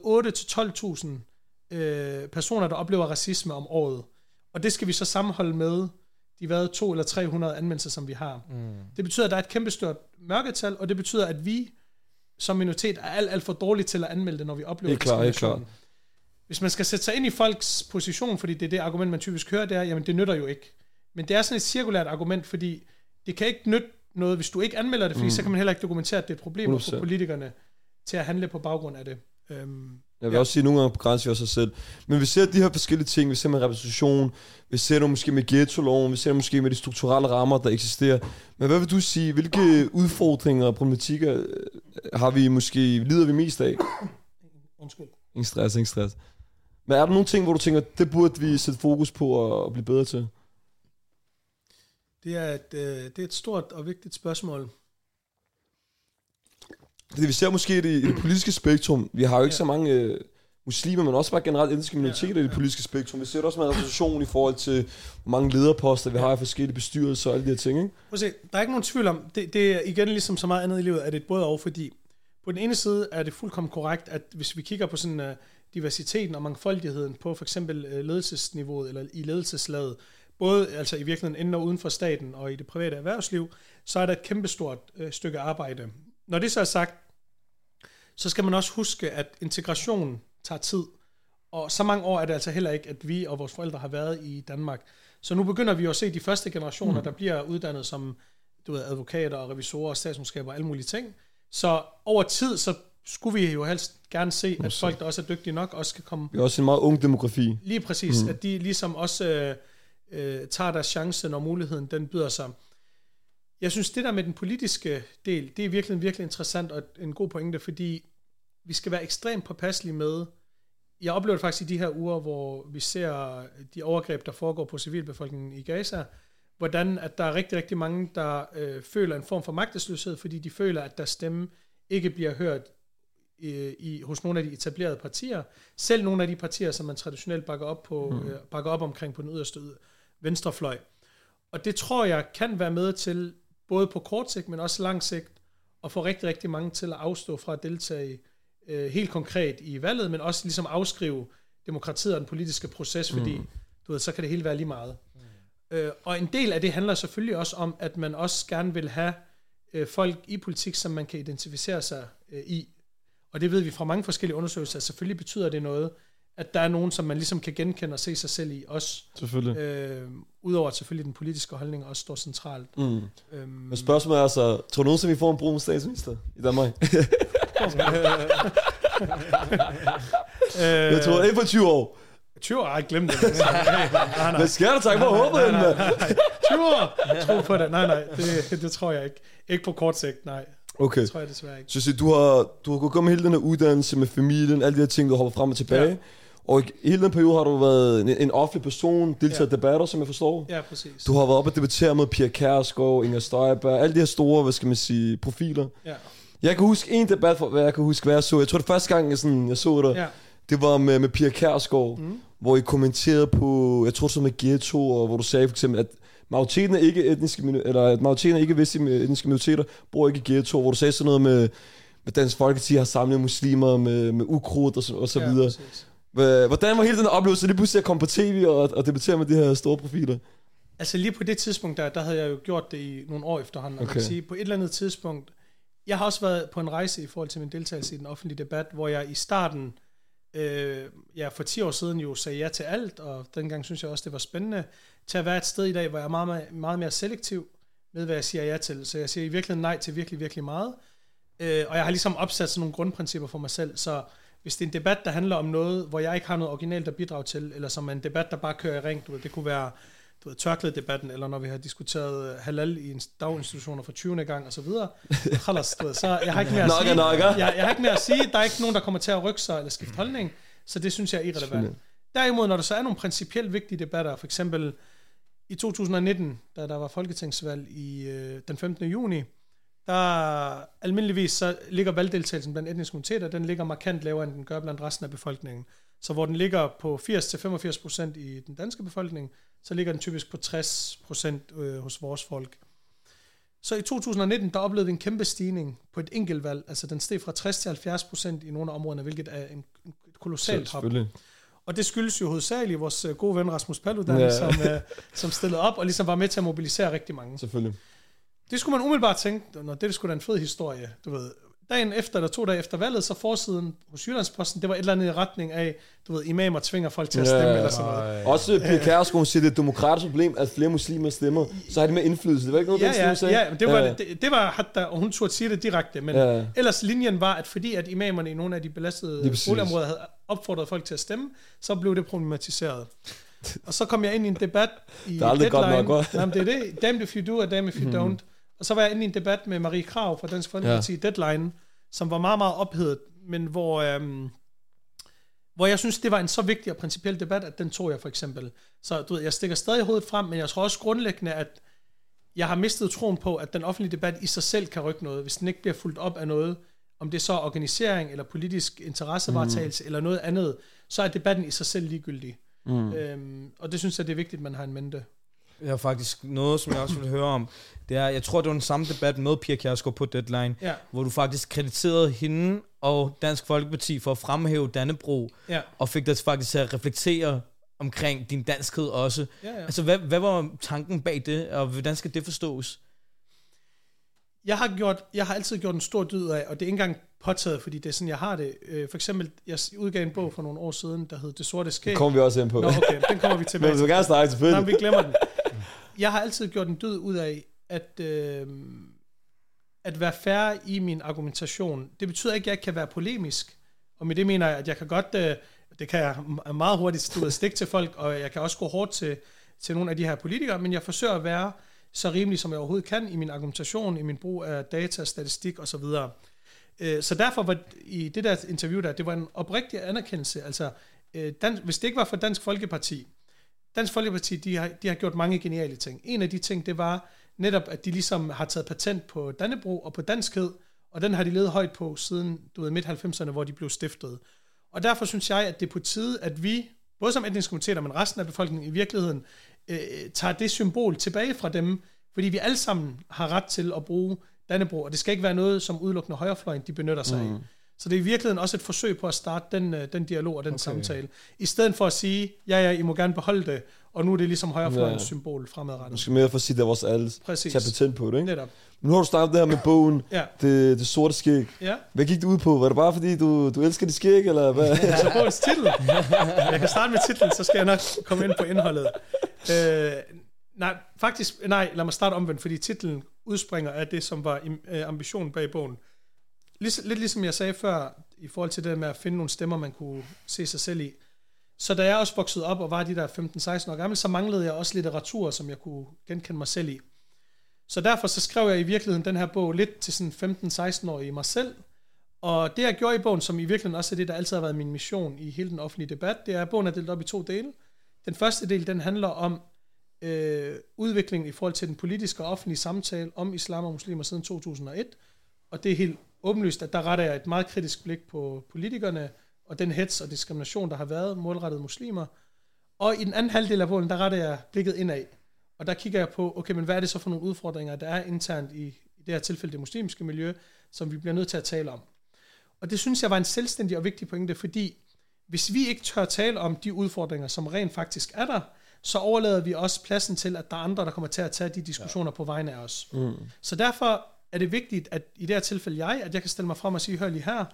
8-12.000 personer, der oplever racisme om året. Og det skal vi så sammenholde med de 200 eller 300 anmeldelser, som vi har. Det betyder, at der er et kæmpestort mørketal, og det betyder, at vi som minoritet er alt for dårlige til at anmelde det, når vi oplever diskrimination. Hvis man skal sætte sig ind i folks position, fordi det er det argument, man typisk hører, det er, jamen det nytter jo ikke. Men det er sådan et cirkulært argument, fordi det kan ikke nytte noget, hvis du ikke anmelder det, fordi så kan man heller ikke dokumentere, at det er et problem for politikerne til at handle på baggrund af det. Jeg vil også sige, at nogle gange begrænser vi også sig selv. Men vi ser de her forskellige ting. Vi ser med repræsentation. Vi ser det måske med ghetto-loven. Vi ser det måske med de strukturelle rammer, der eksisterer. Men hvad vil du sige? Hvilke udfordringer og problematikker lider vi mest af? Undskyld. Ingen stress. Men er der nogle ting, hvor du tænker, det burde vi sætte fokus på at blive bedre til? Det er et stort og vigtigt spørgsmål. Det vi ser måske i det politiske spektrum. Vi har jo ikke så mange muslimer, men også bare generelt etniske minoriteter i det politiske spektrum. Vi ser det også med repræsentation i forhold til, hvor mange lederposter vi har i forskellige bestyrelser og alle de her ting, ikke? Prøv at se, der er ikke nogen tvivl om, det er igen ligesom så meget andet i livet, at det er et både og, fordi på den ene side er det fuldkommen korrekt, at hvis vi kigger på sådan diversiteten og mangfoldigheden på for eksempel ledelsesniveauet eller i ledelseslaget, både altså i virkeligheden inden og uden for staten og i det private erhvervsliv, så er der et kæmpestort stykke arbejde. Når det så er sagt, så skal man også huske, at integration tager tid. Og så mange år er det altså heller ikke, at vi og vores forældre har været i Danmark. Så nu begynder vi jo at se de første generationer, der bliver uddannet som advokater og revisorer og statskundskaber og alle mulige ting. Så over tid, så skulle vi jo helst gerne se, at folk, der også er dygtige nok, også kan komme... Vi har også en meget ung demografi. Lige præcis, at de ligesom også tager deres chance, når muligheden den byder sig. Jeg synes, det der med den politiske del, det er virkelig, virkelig interessant og en god pointe, fordi vi skal være ekstremt påpasselige med... Jeg oplever det faktisk i de her uger, hvor vi ser de overgreb, der foregår på civilbefolkningen i Gaza, hvordan at der er rigtig, rigtig mange, der føler en form for magtesløshed, fordi de føler, at deres stemme ikke bliver hørt hos nogle af de etablerede partier. Selv nogle af de partier, som man traditionelt bakker op omkring på den yderste venstrefløj. Og det tror jeg kan være med til, både på kort sigt, men også lang sigt, at få rigtig, rigtig mange til at afstå fra at deltage helt konkret i valget, men også ligesom afskrive demokratiet og den politiske proces, fordi så kan det hele være lige meget. Og en del af det handler selvfølgelig også om, at man også gerne vil have folk i politik, som man kan identificere sig i. Og det ved vi fra mange forskellige undersøgelser, at selvfølgelig betyder det noget, at der er nogen, som man ligesom kan genkende og se sig selv i også. Selvfølgelig. Udover at selvfølgelig den politiske holdning også står centralt. Men spørgsmålet er altså, tror du nogensinde, vi får en brun statsminister i Danmark? Jeg tror ikke på 20 år. 20 år? Ej, glem det. Hvad sker der? Tak for håbet, den 20 år? Tro på det. Nej, det tror jeg ikke. Ikke på kort sigt, nej. Okay. Det tror jeg desværre ikke. Så du har gået med hele den her uddannelse med familien, alle de her ting, du hopper frem og tilbage. Ja. Og i hele den periode har du været en offentlig person, deltaget debatter, som jeg forstår. Ja, præcis. Du har været oppe og debattere med Pia Kjærsgaard, Inger Støjberg, alle de her store, hvad skal man sige, profiler. Ja. Jeg kan huske en debat, hvad jeg kan huske, hvad jeg så. Jeg tror, det første gang, jeg så dig, det var med Pia Kjærsgaard, hvor I kommenterede på, jeg tror, det var med ghetto, og hvor du sagde for eksempel, at majoriteten er ikke vestlige etniske minoriteter, bor ikke i ghetto, hvor du sagde sådan noget med Dansk Folkeparti har samlet muslimer med ukrudt og så videre. Hvordan var hele den oplevelse, lige pludselig at komme på tv og debattere med de her store profiler? Altså lige på det tidspunkt, der havde jeg jo gjort det i nogle år efterhånden, og man kan sige, på et eller andet tidspunkt, jeg har også været på en rejse i forhold til min deltagelse i den offentlige debat, hvor jeg i starten, for 10 år siden jo sagde ja til alt, og dengang synes jeg også, det var spændende, til at være et sted i dag, hvor jeg er meget, meget mere selektiv med, hvad jeg siger ja til. Så jeg siger i virkeligheden nej til virkelig, virkelig meget. Og jeg har ligesom opsat sådan nogle grundprincipper for mig selv, så hvis det er en debat, der handler om noget, hvor jeg ikke har noget originalt at bidrage til, eller som er en debat, der bare kører i ring, det kunne være tørklædedebatten, eller når vi har diskuteret halal i daginstitutioner for 20. gang, og så videre. Så jeg har ikke mere at sige. Jeg har ikke mere at sige. Der er ikke nogen, der kommer til at rykke sig eller skifte holdning, så det synes jeg er irrelevant. Derimod, når der så er nogle principielt vigtige debatter, for eksempel i 2019, da der var folketingsvalg den 15. juni, der almindeligvis så ligger valgdeltagelsen blandt etniske minoriteter, den ligger markant lavere, end den gør blandt resten af befolkningen. Så hvor den ligger på 80-85% i den danske befolkning, så ligger den typisk på 60% hos vores folk. Så i 2019, der oplevede vi en kæmpe stigning på et enkeltvalg, altså den steg fra 60 til 70% i nogle af områderne, hvilket er et kolossalt hop. Og det skyldes jo hovedsageligt vores gode ven Rasmus Paludan, som stillede op og ligesom var med til at mobilisere rigtig mange. Selvfølgelig. Det skulle man umiddelbart tænke, det skulle da en fed historie, du ved. dagen efter, eller 2 dage efter valget, så forsiden hos Jyllandsposten, det var et eller andet i retning af, du ved, imamer tvinger folk til at stemme, eller sådan noget. Også Pia Kjærsgaard siger, det er et demokratisk problem, at flere muslimer stemmer, så har de med indflydelse. Det var ikke noget, den sagde? Ja, det var Hatta, og hun turde sige det direkte, men ellers linjen var, at fordi at imamerne i nogle af de belastede boligområder havde opfordret folk til at stemme, så blev det problematiseret. Og så kom jeg ind i en debat i Deadline. Det er aldrig godt nok, det er det. Damned if you do, og damned if you don't. Og så var jeg inde i en debat med Marie Krav fra Dansk Folkeparti i Deadline, som var meget, meget ophedet, men hvor jeg synes, det var en så vigtig og principiel debat, at den tog jeg for eksempel. Så du ved, jeg stikker stadig hovedet frem, men jeg tror også grundlæggende, at jeg har mistet troen på, at den offentlige debat i sig selv kan rykke noget, hvis den ikke bliver fulgt op af noget, om det er så organisering, eller politisk interessevaretagelse, eller noget andet, så er debatten i sig selv ligegyldig. Og det synes jeg, det er vigtigt, at man har en mente. Jeg har faktisk noget, som jeg også vil høre om. Det er, jeg tror, det var den samme debat med Pia Kjærsgaard på Deadline, hvor du faktisk krediterede hende og Dansk Folkeparti for at fremhæve Dannebrog, og fik dig faktisk til at reflektere omkring din danskhed også. Altså, hvad var tanken bag det, og hvordan skal det forstås? Jeg har altid gjort en stor dyd af, og det er ikke engang påtaget, fordi det er sådan, jeg har det. For eksempel, jeg udgav en bog for nogle år siden, der hed Det Sorte Skæg. Den kommer vi også ind på. Nå, okay, den kommer vi tilbage til. Men du vil gerne snakke selvfølgelig. Nej, vi glemmer den. Jeg har altid gjort en dyd ud af, at være fair i min argumentation. Det betyder ikke, at jeg ikke kan være polemisk. Og med det mener jeg, at jeg kan godt, det kan jeg meget hurtigt stå og stikke til folk, og jeg kan også gå hårdt til nogle af de her politikere, men jeg forsøger at være så rimelig, som jeg overhovedet kan i min argumentation, i min brug af data, statistik osv. Så derfor var i det der interview der, det var en oprigtig anerkendelse. Altså, hvis det ikke var for Dansk Folkeparti, de har gjort mange geniale ting. En af de ting, det var netop, at de ligesom har taget patent på Dannebrog og på danskhed, og den har de levet højt på siden midt-90'erne, hvor de blev stiftet. Og derfor synes jeg, at det er på tide, at vi, både som etniske minoriteter, men resten af befolkningen i virkeligheden, tager det symbol tilbage fra dem, fordi vi alle sammen har ret til at bruge Dannebrog, og det skal ikke være noget, som udelukkende højrefløjen, de benytter sig af. Så det er i virkeligheden også et forsøg på at starte den dialog og den samtale. I stedet for at sige, ja, I må gerne beholde det, og nu er det ligesom højrefløjens symbol fremadrettet. Du skal mere for at sige, at det er vores alles tage patent på det, ikke? Netop. Nu har du startet det her med bogen, det sorte skæg. Ja. Hvad gik det ud på? Var det bare fordi, du elsker det skæg, eller hvad? Altså bogens titel. Jeg kan starte med titlen, så skal jeg nok komme ind på indholdet. Lad mig starte omvendt, fordi titlen udspringer af det, som var ambitionen bag bogen. Lidt ligesom jeg sagde før, i forhold til det med at finde nogle stemmer, man kunne se sig selv i. Så da jeg også voksede op og var de der 15-16 år gammel, så manglede jeg også litteratur, som jeg kunne genkende mig selv i. Så derfor så skrev jeg i virkeligheden den her bog lidt til sådan 15-16-årige mig selv. Og det jeg gjorde i bogen, som i virkeligheden også er det, der altid har været min mission i hele den offentlige debat, det er, at bogen er delt op i 2 dele. Den første del, den handler om udviklingen i forhold til den politiske og offentlige samtale om islam og muslimer siden 2001. Og det er helt åbenlyst, at der retter jeg et meget kritisk blik på politikerne og den hets og diskrimination, der har været målrettet muslimer. Og i den anden halvdel af bogen, der retter jeg blikket indad. Og der kigger jeg på, okay, men hvad er det så for nogle udfordringer, der er internt i det her tilfælde det muslimske miljø, som vi bliver nødt til at tale om. Og det synes jeg var en selvstændig og vigtig pointe, fordi hvis vi ikke tør tale om de udfordringer, som rent faktisk er der, så overlader vi også pladsen til, at der er andre, der kommer til at tage de diskussioner på vegne af os. Så derfor er det vigtigt, at i det her tilfælde at jeg kan stille mig frem og sige, hør lige her,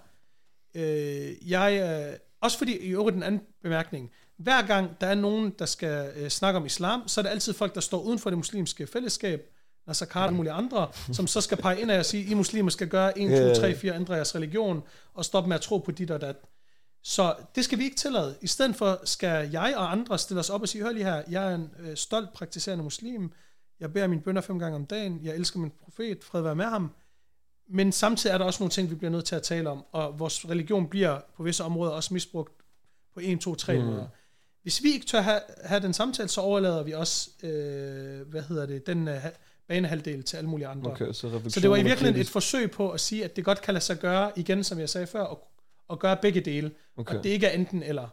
også fordi i øvrigt den anden bemærkning, hver gang der er nogen, der skal snakke om islam, så er det altid folk, der står uden for det muslimske fællesskab, Nasser Carter og mulige andre, som så skal pege ind af og sige, I muslimer skal gøre 1, 2, 3, 4, ændre jeres religion, og stoppe med at tro på dit og dat. Så det skal vi ikke tillade. I stedet for skal jeg og andre stille os op og sige, hør lige her, jeg er en stolt praktiserende muslim, jeg beder mine bønner 5 gange om dagen, jeg elsker min profet, fred være med ham, men samtidig er der også nogle ting, vi bliver nødt til at tale om, og vores religion bliver på visse områder også misbrugt på 1, 2, 3 måder. Hvis vi ikke tør have den samtale, så overlader vi også, den banehalvdel til alle mulige andre. Okay, så det var i virkeligheden et forsøg på at sige, at det godt kan lade sig gøre, igen som jeg sagde før, og gøre begge dele, og det ikke er enten eller.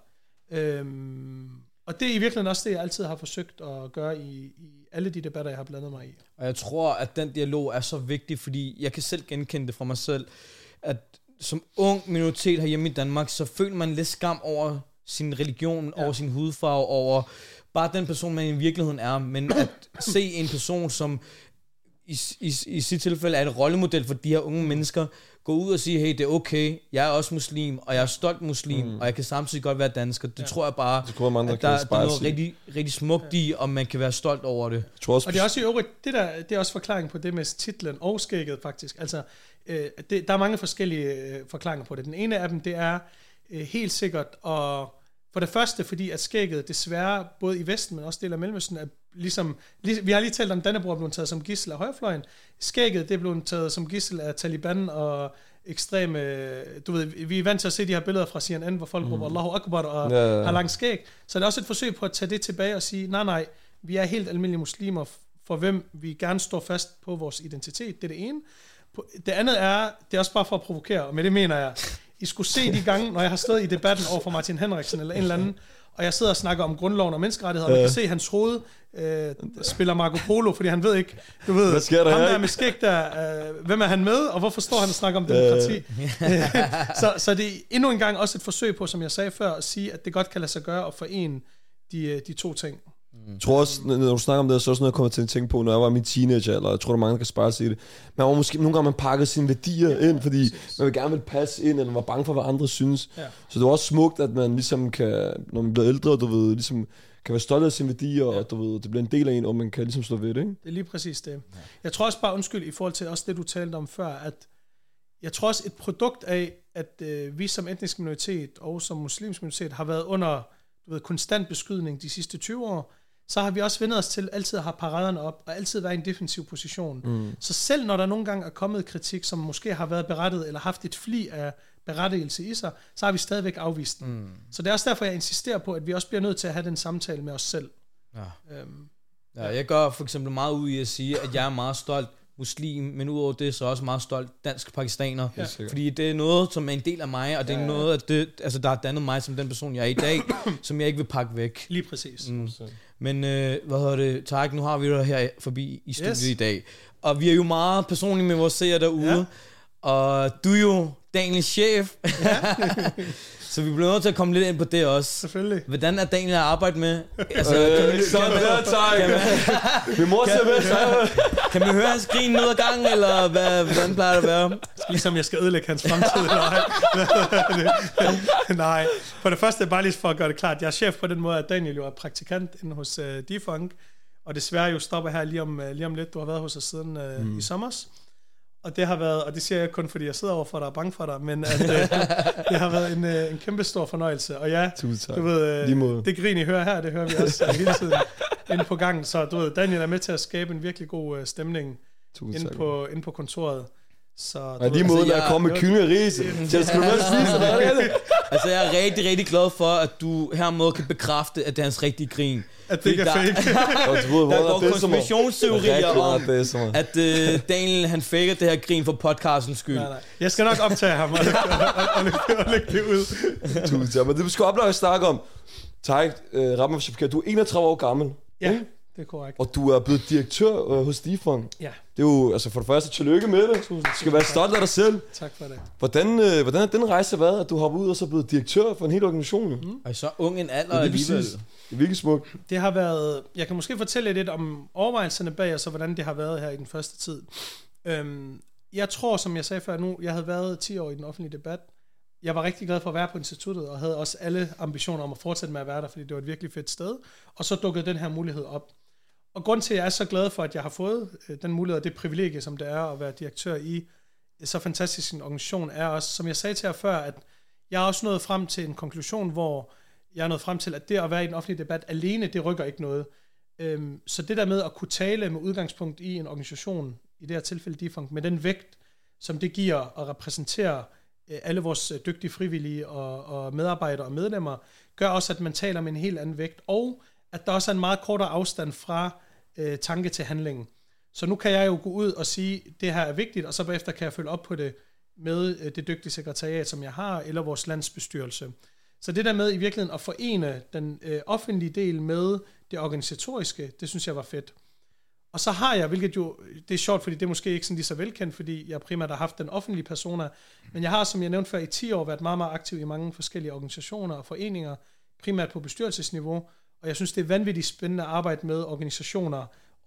Og det er i virkeligheden også det, jeg altid har forsøgt at gøre i alle de debatter, jeg har blandet mig i. Og jeg tror, at den dialog er så vigtig, fordi jeg kan selv genkende det fra mig selv, at som ung minoritet herhjemme i Danmark, så føler man lidt skam over sin religion, over sin hudfarve, over bare den person, man i virkeligheden er, men at se en person, som i sit tilfælde er et rollemodel for de her unge mennesker. Gå ud og sige, hey, det er okay, jeg er også muslim, og jeg er stolt muslim, og jeg kan samtidig godt være dansker. Det tror jeg bare, at der er noget rigtig, rigtig smukt i, og man kan være stolt over det. Og det er også i øvrigt, det er også forklaring på det med titlen og skægget faktisk. Altså, der er mange forskellige forklaringer på det. Den ene af dem, det er helt sikkert, og for det første, fordi at skægget desværre, både i Vesten, men også del af Mellemøsten, er ligesom, vi har lige talt om, Dannebrog er blevet taget som gidsel af højrefløjen. Skægget, det er blevet taget som gidsel af Taliban og ekstreme, du ved, vi er vant til at se de her billeder fra CNN, hvor folk råber Allahu Akbar og har langt skæg. Så det er også et forsøg på at tage det tilbage og sige, nej, vi er helt almindelige muslimer, for hvem vi gerne står fast på vores identitet. Det er det ene. Det andet er, det er også bare for at provokere, og med det mener jeg, I skulle se de gange, når jeg har stået i debatten over for Martin Henriksen eller en eller anden, og jeg sidder og snakker om grundloven og menneskerettigheder, og man kan se hans hoved spiller Marco Polo, fordi han ved ikke, du ved, ham der med skæg der, hvem er han med, og hvorfor står han og snakker om demokrati? Så det er endnu en gang også et forsøg på, som jeg sagde før, at sige, at det godt kan lade sig gøre at forene de to ting. Jeg tror også, når du snakker om det, så er også noget, jeg kommer til at tænke på, når jeg var min teenager, eller jeg tror, der er mange, der kan spare sig i det. Man var måske nogle gange, man pakkede sine værdier ind, fordi man vil gerne vil passe ind, eller var bange for, hvad andre synes. Ja. Så det er også smukt, at man ligesom kan, når man bliver ældre, du ved, ligesom kan være stolt af sine værdier, og du ved, det bliver en del af en, og man kan ligesom slå ved det, ikke? Det er lige præcis det. Ja. Jeg tror også bare, undskyld, i forhold til også det, du talte om før, at jeg tror også et produkt af, at vi som etnisk minoritet og som muslimsk minoritet har været under, du ved, konstant beskydning de sidste 20 år, så har vi også vendt os til altid at have paraderne op, og altid være i en defensiv position. Så selv når der nogle gange er kommet kritik, som måske har været berettet, eller haft et fli af berettigelse i sig, så har vi stadigvæk afvist den. Så det er også derfor, jeg insisterer på, at vi også bliver nødt til at have den samtale med os selv. Ja, jeg gør for eksempel meget ud i at sige, at jeg er meget stolt muslim, men udover det, så også meget stolt dansk-pakistaner. Ja. Fordi det er noget, som er en del af mig, og det er noget, at det, altså, der har dannet mig som den person, jeg er i dag, som jeg ikke vil pakke væk. Lige præcis. Men Tarek, nu har vi dig her forbi i studiet i dag, og vi er jo meget personlige med vores seere derude, og du er jo Daniels chef. Så vi bliver nødt til at komme lidt ind på det også. Selvfølgelig. Hvordan er Daniel at arbejde med? Altså, kan man høre hans grin ned ad gangen, eller hvordan plejer det at være? Ligesom jeg skal ødelægge hans fremtid. Nej. For det første, bare lige for at gøre det klart, jeg er chef på den måde, at Daniel jo er praktikant inde hos Defunk, og desværre jo stopper her lige om lidt. Du har været hos os siden i sommers. Og det har været, og det siger jeg kun fordi jeg sidder overfor dig og er bange for dig, men at det har været en kæmpe stor fornøjelse. Og ja, du ved, det grin I hører her, det hører vi også hele tiden inde på gangen. Så du ved, Daniel er med til at skabe en virkelig god stemning inde på kontoret. Så lige måden at komme med kylling og ris. Altså jeg er rigtig, rigtig glad for, at du hermed kan bekræfte, at det er hans rigtige grin. At det ikke er fake. Der går konspirationsteorier om, at Daniel han faker det her grin for podcastens skyld. Nej. Jeg skal nok optage ham og lægge det ud. Tusind, men det skal opleve at snakke om. Tarek, du er 31 år gammel. Ja. Det er korrekt. Og du er blevet direktør hos Defunk. Ja. Det er jo, altså for det første, tillykke med det. Du skal være stolt af dig selv. Tak for det. Hvordan har den rejse været, at du hopper ud og så er blevet direktør for en hel organisation? Og så ung en alder alligevel. Det er virkelig smukt. Det har været, jeg kan måske fortælle lidt om overvejelserne bag, og så hvordan det har været her i den første tid. Jeg tror, som jeg sagde før nu, jeg havde været 10 år i den offentlige debat. Jeg var rigtig glad for at være på instituttet, og havde også alle ambitioner om at fortsætte med at være der, fordi det var et virkelig fedt sted. Og så dukkede den her mulighed op. Og grund til, at jeg er så glad for, at jeg har fået den mulighed og det privilegie, som det er at være direktør i så fantastisk en organisation, er også, som jeg sagde til jer før, at jeg er også nået frem til en konklusion, hvor jeg er nået frem til, at det at være i den offentlige debat alene, det rykker ikke noget. Så det der med at kunne tale med udgangspunkt i en organisation, i det her tilfælde Defunk, med den vægt, som det giver at repræsentere alle vores dygtige frivillige og medarbejdere og medlemmer, gør også, at man taler med en helt anden vægt, og at der også er en meget kortere afstand fra tanke til handling. Så nu kan jeg jo gå ud og sige, det her er vigtigt, og så bagefter kan jeg følge op på det med det dygtige sekretariat, som jeg har, eller vores landsbestyrelse. Så det der med i virkeligheden at forene den offentlige del med det organisatoriske, det synes jeg var fedt. Og så har jeg, hvilket jo, det er sjovt, fordi det er måske ikke sådan lige så velkendt, fordi jeg primært har haft den offentlige persona, men jeg har, som jeg nævnte før, i 10 år været meget, meget aktiv i mange forskellige organisationer og foreninger, primært på bestyrelsesniveau, og jeg synes, det er vanvittigt spændende at arbejde med organisationer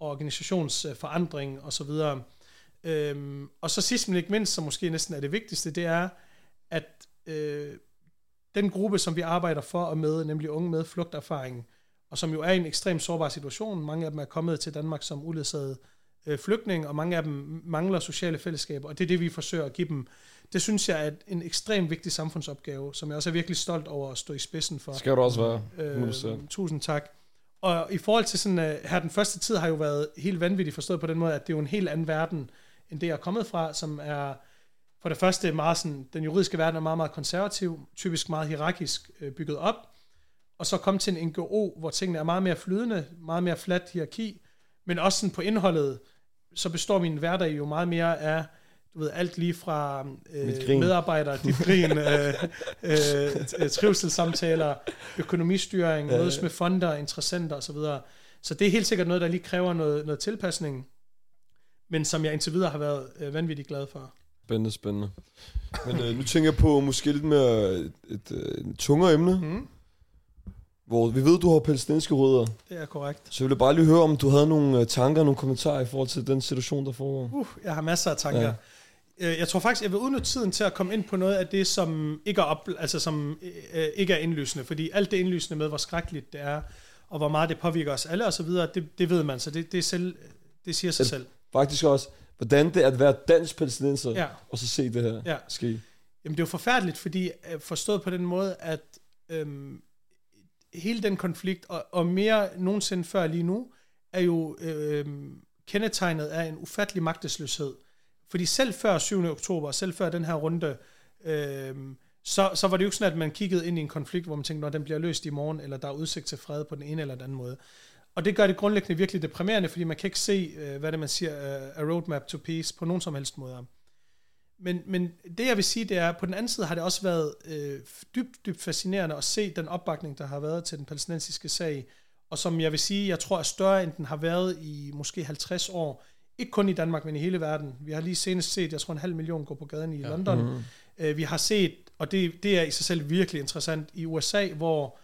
og organisationsforandring og så videre. Og så sidst men ikke mindst, som måske næsten er det vigtigste, det er, at den gruppe, som vi arbejder for og med, nemlig unge med flugterfaring, og som jo er i en ekstremt sårbar situation, mange af dem er kommet til Danmark som uledsagede flygtninge, og mange af dem mangler sociale fællesskaber, og det er det, vi forsøger at give dem. Det synes jeg er en ekstremt vigtig samfundsopgave, som jeg også er virkelig stolt over at stå i spidsen for. Skal du også være. Tusind tak. Og i forhold til sådan, her den første tid har jo været helt vanvittigt forstået på den måde, at det er jo en helt anden verden, end det jeg er kommet fra, som er for det første meget sådan, den juridiske verden er meget, meget konservativ, typisk meget hierarkisk bygget op, og så komme til en NGO, hvor tingene er meget mere flydende, meget mere fladt hierarki, men også sådan på indholdet, så består min hverdag jo meget mere af, du ved, alt lige fra medarbejdere, dit grin, trivselssamtaler, økonomistyring, mødes med fonder, interessenter osv. Så det er helt sikkert noget, der lige kræver noget tilpasning, men som jeg indtil videre har været vanvittigt glad for. Spændende. Men nu tænker jeg på måske lidt mere et tungere emne, hvor vi ved, du har palæstinensiske rødder. Det er korrekt. Så jeg ville bare lige høre, om du havde nogle tanker, nogle kommentarer i forhold til den situation, der foregår. Jeg har masser af tanker. Ja. Jeg tror faktisk, jeg vil udnytte tiden til at komme ind på noget af det, som ikke er, som ikke er indlysende, fordi alt det indlysende med, hvor skrækkeligt det er, og hvor meget det påvirker os alle osv., det ved man, så det siger sig selv. Faktisk også, hvordan det er at være dansk palæstinenser, og så se det her ske. Jamen det er jo forfærdeligt, fordi forstået på den måde, at hele den konflikt, og mere nogensinde før lige nu, er jo kendetegnet af en ufattelig magtesløshed. Fordi selv før 7. oktober, selv før den her runde, så var det jo ikke sådan, at man kiggede ind i en konflikt, hvor man tænkte, når den bliver løst i morgen, eller der er udsigt til fred på den ene eller den anden måde. Og det gør det grundlæggende virkelig deprimerende, fordi man kan ikke se, hvad det man siger, a roadmap to peace, på nogen som helst måder. Men det jeg vil sige, det er, på den anden side har det også været dybt fascinerende at se den opbakning, der har været til den palæstinensiske sag, og som jeg vil sige, jeg tror er større, end den har været i måske 50 år. Ikke kun i Danmark, men i hele verden. Vi har lige senest set, jeg tror 500.000 gå på gaden i London. Vi har set, og det er i sig selv virkelig interessant, i USA, hvor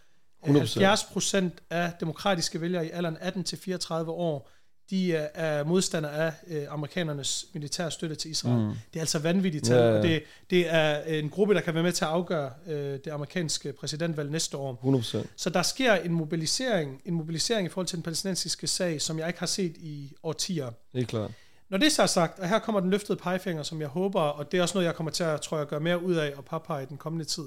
70% af demokratiske vælgere i alderen 18-34 år, de er modstandere af amerikanernes militære støtte til Israel. Det er altså vanvittigt tal, og det er en gruppe, der kan være med til at afgøre det amerikanske præsidentvalg næste år. 100%. Så der sker en mobilisering i forhold til den palæstinensiske sag, som jeg ikke har set i årtier. Helt klart. Når det så er sagt, og her kommer den løftede pegefinger, som jeg håber, og det er også noget, jeg kommer til at, tror jeg, gøre mere ud af og påpege i den kommende tid.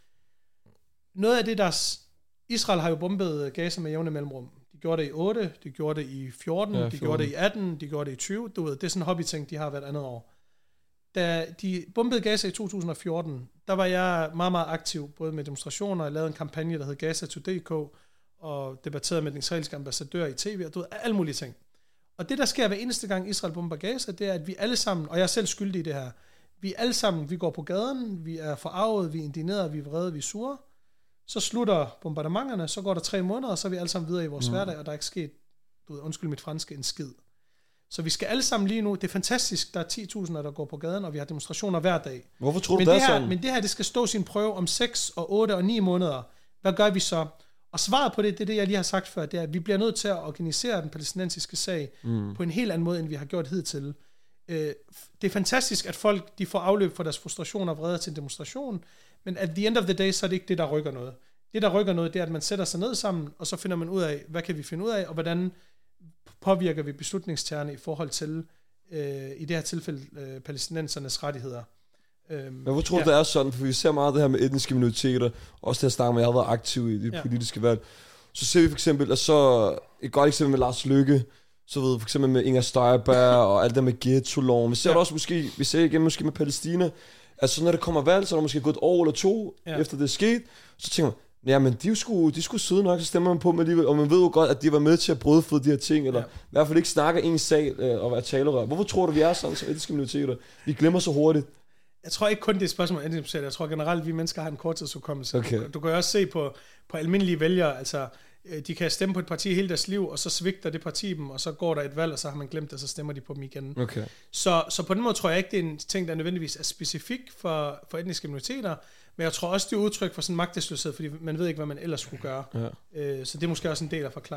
Noget af det, Israel har jo bombet Gaza med jævne mellemrum. De gjorde det i 8, de gjorde det i 14, de gjorde det i 18, de gjorde det i 20. Du ved, det er sådan en hobbyting, de har hvert andet år. Da de bombede Gaza i 2014, der var jeg meget, meget aktiv, både med demonstrationer, jeg lavede en kampagne, der hed Gaza2.dk, og debatterede med den israelske ambassadør i tv, og du ved, alle mulige ting. Og det, der sker hver eneste gang Israel bomber Gaza, det er, at vi alle sammen, og jeg er selv skyldig i det her, vi går på gaden, vi er forarvet, vi er indignerede, vi er vrede, vi er sure. Så slutter bombardementerne, så går der 3 måneder, og så er vi alle sammen videre i vores hverdag, og der er ikke sket, undskyld mit franske, en skid. Så vi skal alle sammen lige nu, det er fantastisk, der er 10.000, der går på gaden, og vi har demonstrationer hver dag. Hvorfor tror du det er sådan? Men det her, det skal stå sin prøve om 6 og 8 og 9 måneder. Hvad gør vi så? Og svaret på det er det, jeg lige har sagt før, det er, at vi bliver nødt til at organisere den palæstinensiske sag på en helt anden måde, end vi har gjort hidtil. Det er fantastisk, at folk de får afløb for deres frustrationer og vrede til en demonstration, men at the end of the day, så er det ikke det, der rykker noget. Det, der rykker noget, det er, at man sætter sig ned sammen, og så finder man ud af, hvad kan vi finde ud af, og hvordan påvirker vi beslutningstagerne i forhold til, i det her tilfælde, palæstinensernes rettigheder. Men hvor tror du, det er sådan? For vi ser meget det her med etniske minoriteter, også det her snakke med, at jeg har været aktiv i det politiske valg. Så ser vi for eksempel, at så et godt eksempel med Lars Løkke, så ved for eksempel med Inger Støjberg og alt det med ghetto-loven. Vi ser det også måske, vi ser igen måske med Palæstina, altså når det kommer valg, så er der måske gået et år eller 2, efter det er sket, så tænker man, ja, men de er sgu søde nok, så stemmer man på dem alligevel, og man ved jo godt, at de var med til at brødføde de her ting, eller i hvert fald ikke snakker en sag og være talerør. Hvorfor tror du, vi er sådan som etniske minoriteter? Vi glemmer så hurtigt. Jeg tror ikke kun det er et spørgsmål om etnicitet. Jeg tror generelt, at vi mennesker har en korttidsudkommelse. Okay. Du kan også se på almindelige vælgere, altså de kan stemme på et parti hele deres liv, og så svigter det parti dem, og så går der et valg, og så har man glemt det, og så stemmer de på dem igen. Okay. Så på den måde tror jeg ikke, det er en ting, der nødvendigvis er specifik for etniske minoriteter, men jeg tror også, det er udtryk for sådan en magtesløshed, fordi man ved ikke, hvad man ellers skulle gøre. Ja. Så det er måske også en del af forklaringen.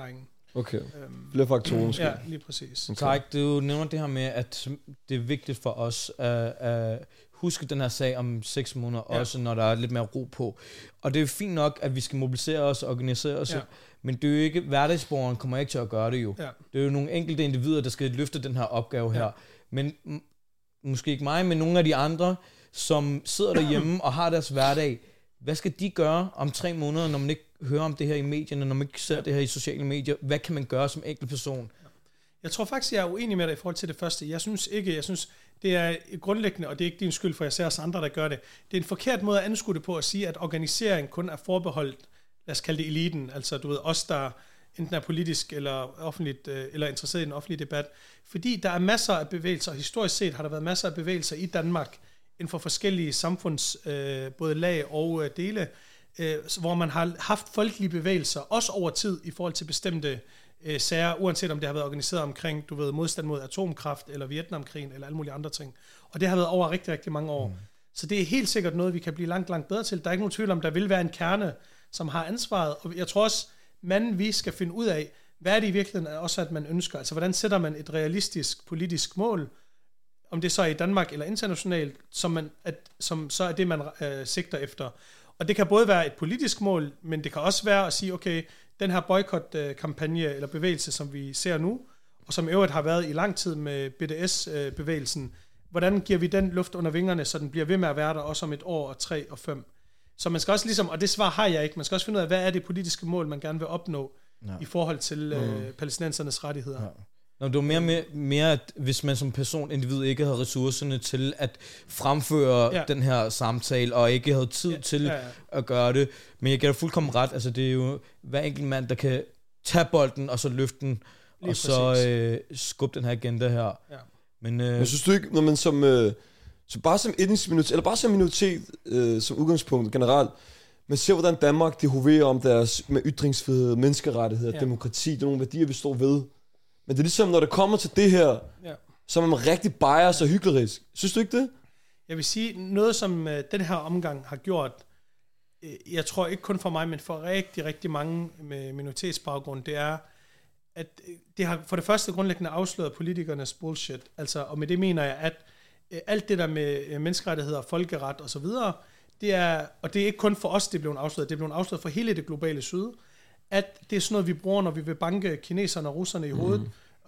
Okay. Flere faktorer måske. Ja, lige præcis. Okay. Tak, du nævner det her med, at det er vigtigt for os at huske den her sag om 6 måneder, også når der er lidt mere ro på. Og det er jo fint nok, at vi skal mobilisere os og organisere os, men det er jo ikke, hverdagsborgeren kommer ikke til at gøre det jo. Ja. Det er jo nogle enkelte individer, der skal løfte den her opgave her. Men måske ikke mig, men nogle af de andre, som sidder derhjemme og har deres hverdag. Hvad skal de gøre om 3 måneder, når man ikke hører om det her i medierne, når man ikke ser det her i sociale medier? Hvad kan man gøre som enkelt person? Jeg tror faktisk, jeg er uenig med dig i forhold til det første. Jeg synes, det er grundlæggende, og det er ikke din skyld, for jeg ser os andre, der gør det. Det er en forkert måde at anskue det på at sige, at organisering kun er forbeholdt, lad os kalde det eliten, altså du ved, os, der enten er politisk eller offentligt, eller interesseret i den offentlige debat. Fordi der er masser af bevægelser, og historisk set har der været masser af bevægelser i Danmark, inden for forskellige samfunds, både lag og dele, hvor man har haft folkelige bevægelser, også over tid, i forhold til bestemte sager, uanset om det har været organiseret omkring, du ved, modstand mod atomkraft, eller Vietnamkrigen, eller alle mulige andre ting. Og det har været over rigtig, rigtig mange år. Så det er helt sikkert noget, vi kan blive langt, langt bedre til. Der er ikke nogen tvivl om, der vil være en kerne, som har ansvaret, og jeg tror også, vi skal finde ud af, hvad er det i virkeligheden også, at man ønsker. Altså, hvordan sætter man et realistisk politisk mål, om det så er i Danmark eller internationalt, som så er det, man sigter efter. Og det kan både være et politisk mål, men det kan også være at sige, okay, den her boykot-kampagne eller bevægelse, som vi ser nu, og som i øvrigt har været i lang tid med BDS-bevægelsen, hvordan giver vi den luft under vingerne, så den bliver ved med at være der også om 1 år, og 3 og 5. Så man skal også ligesom, og det svar har jeg ikke, man skal også finde ud af, hvad er det politiske mål, man gerne vil opnå i forhold til palæstinensernes rettigheder. Ja. Nå, det var mere, at hvis man som person, individ, ikke havde ressourcerne til at fremføre den her samtale, og ikke havde tid til at gøre det. Men jeg giver dig fuldkommen ret, altså det er jo hver enkelt mand, der kan tage bolden, og så løfte den, lige og så skubbe den her agenda her. Ja. Men synes du ikke, når man så bare som etnisk minoritet, eller bare som minoritet, som udgangspunkt generelt, man ser, hvordan Danmark, det hoverer om deres med ytringsfrihed, menneskerettigheder, demokrati, det er nogle værdier, vi står ved. Men det er ligesom, når det kommer til det her, så er man rigtig bias og hyklerisk. Synes du ikke det? Jeg vil sige, noget som den her omgang har gjort, jeg tror ikke kun for mig, men for rigtig, rigtig mange med minoritetsbaggrund, det er, at det har for det første grundlæggende afsløret politikernes bullshit. Altså, og med det mener jeg, at alt det der med menneskerettigheder, folkeret osv., det er, og det er ikke kun for os, det er blevet afsløret, det er blevet afsløret for hele det globale syd, at det er sådan noget, vi bruger, når vi vil banke kineserne og russerne i hovedet,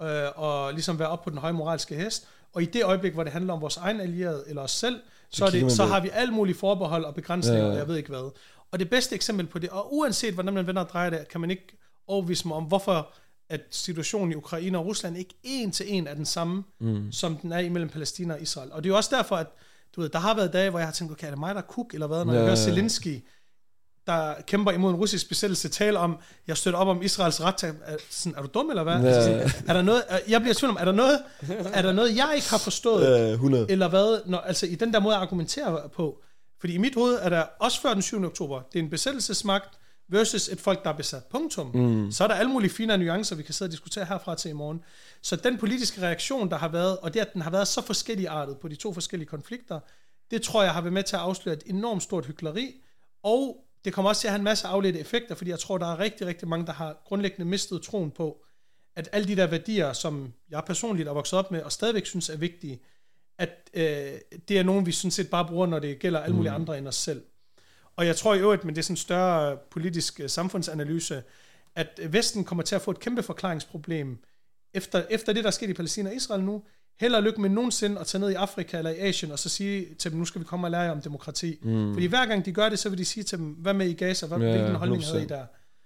og ligesom være op på den høje moralske hest. Og i det øjeblik, hvor det handler om vores egen allierede, eller os selv, så har vi alle mulige forbehold og begrænsninger, og jeg ved ikke hvad. Og det bedste eksempel på det, og uanset hvordan man vender og drejer det, kan man ikke overbevise mig om, hvorfor at situationen i Ukraine og Rusland ikke en til en er den samme, som den er imellem Palæstina og Israel. Og det er jo også derfor, at du ved, der har været dage, hvor jeg har tænkt, okay, er det mig, der er kuk, eller hvad, når jeg hører Zelensky, der kæmper imod en russisk besættelse, tale om, jeg støtter op om Israels ret til, er du dum, eller hvad? Er der noget, jeg bliver tvivl om, er der noget, jeg ikke har forstået, eller hvad, når, altså i den der måde at argumentere på, fordi i mit hoved er der, også før den 7. oktober, det er en besættelsesmagt, versus et folk, der er besat, punktum. Så er der alle mulige fine nuancer, vi kan sidde og diskutere herfra til i morgen. Så den politiske reaktion, der har været, og det, at den har været så forskelligartet på de 2 forskellige konflikter, det tror jeg har været med til at afsløre et enormt stort hykleri, og det kommer også til at have en masse afledte effekter, fordi jeg tror, der er rigtig, rigtig mange, der har grundlæggende mistet troen på, at alle de der værdier, som jeg personligt er vokset op med, og stadigvæk synes er vigtige, at det er nogen, vi sådan set bare bruger, når det gælder alle mulige andre end os selv. Og jeg tror i øvrigt, men det er sådan en større politisk samfundsanalyse, at Vesten kommer til at få et kæmpe forklaringsproblem efter det, der er sket i Palæstina og Israel nu. Hellere lykke med nogensinde at tage ned i Afrika eller i Asien, og så sige til dem, nu skal vi komme og lære jer om demokrati. Fordi hver gang de gør det, så vil de sige til dem, hvad med i Gaza, hvilken holdning havde I der?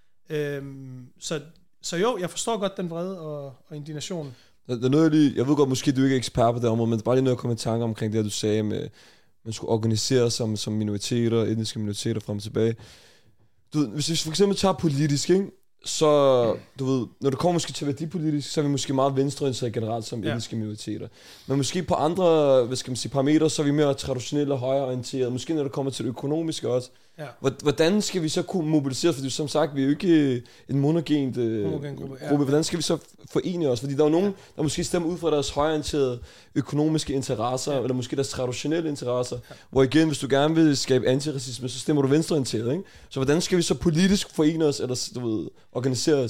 Så jo, jeg forstår godt den vrede og indignation. Der er noget, jeg ved godt, måske du ikke er ekspert på det område, men bare lige noget at komme i tanke omkring det, du sagde med, man skulle organisere sig som minoriteter, etniske minoriteter frem og tilbage. Du ved, hvis vi for eksempel tager politisk, ikke? Så, du ved, når det kommer måske til værdipolitisk, så er vi måske meget venstreorienteret generelt som etniske minoriteter. Men måske på andre, hvad skal man sige, parametre, så er vi mere traditionelle og højreorienterede. Måske når det kommer til det økonomiske også. Ja. Hvordan skal vi så kunne mobilisere? Fordi som sagt, vi er jo ikke en monogent gruppe. Hvordan skal vi så forene os? Fordi der er jo nogen, der måske stemmer ud fra deres højreorienterede økonomiske interesser, eller måske deres traditionelle interesser. Hvor igen, hvis du gerne vil skabe antiracisme, så stemmer du venstreorienteret, ikke? Så hvordan skal vi så politisk forene os, eller du ved, organisere os?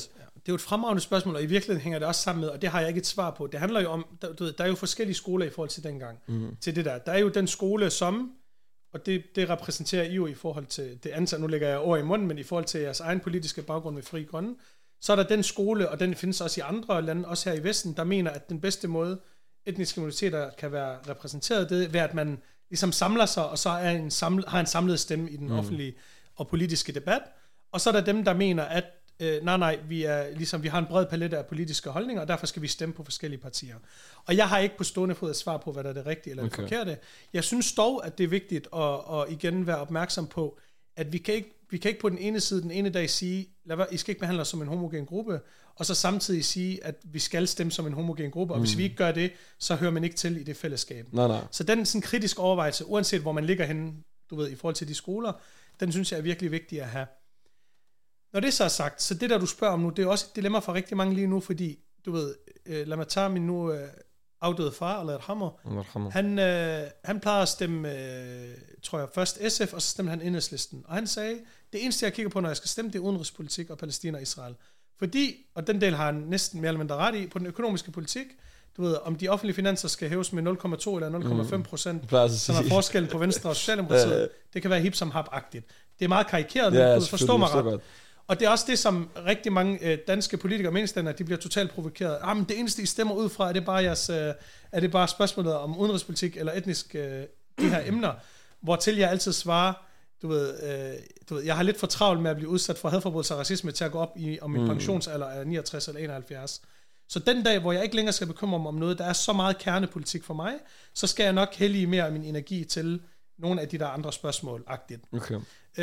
jo et fremragende spørgsmål, og i virkeligheden hænger det også sammen med, og det har jeg ikke et svar på. Det handler jo om, du ved, der er jo forskellige skoler i forhold til dengang, til det der. Der er jo den skole, som, og det repræsenterer I jo i forhold til det antal, nu lægger jeg ord i munden, men i forhold til jeres egen politiske baggrund med Frie Grønne, så er der den skole, og den findes også i andre lande, også her i Vesten, der mener, at den bedste måde, etniske minoriteter kan være repræsenteret, det er ved, at man ligesom samler sig, og så har en samlet stemme i den offentlige og politiske debat. Og så er der dem, der mener, at nej, vi har en bred palet af politiske holdninger, og derfor skal vi stemme på forskellige partier. Og jeg har ikke på stående fod at svare på, hvad der er det rigtige eller det forkerte. Jeg synes dog, at det er vigtigt at igen være opmærksom på, at vi kan ikke på den ene side, den ene dag sige, I skal ikke behandle os som en homogen gruppe, og så samtidig sige, at vi skal stemme som en homogen gruppe, og hvis vi ikke gør det, så hører man ikke til i det fællesskab. Nej. Så den sådan kritisk overvejelse, uanset hvor man ligger henne, du ved, i forhold til de skoler, den synes jeg er virkelig vigtig at have. Når det så er sagt, så det der du spørger om nu, det er også et dilemma for rigtig mange lige nu, fordi, du ved, lad mig tage min nu afdøde far, eller Hammer. Han plejede at stemme, tror jeg, først SF, og så stemte han Enhedslisten. Og han sagde, det eneste jeg kigger på, når jeg skal stemme, det er udenrigspolitik og Palæstina og Israel. Fordi, og den del har han næsten mere eller mindre ret i, på den økonomiske politik, du ved, om de offentlige finanser skal hæves med 0,2 eller 0,5%, så er forskellen på Venstre og Socialdemokratiet, det kan være hip som hap-agtigt. Det er meget karikeret, men du forstår mig ret. Og det er også det, som rigtig mange danske politikere og meningsdannere, de bliver totalt provokeret. Men det eneste, I stemmer ud fra, er det bare spørgsmålet om udenrigspolitik eller etnisk de her emner, hvortil jeg altid svarer, du ved, jeg har lidt for travlt med at blive udsat for hadforbrydelser og racisme til at gå op i, om min pensionsalder er 69 eller 71. Så den dag, hvor jeg ikke længere skal bekymre mig om noget, der er så meget kernepolitik for mig, så skal jeg nok hellige mere af min energi til nogle af de der andre spørgsmål-agtigt. Okay.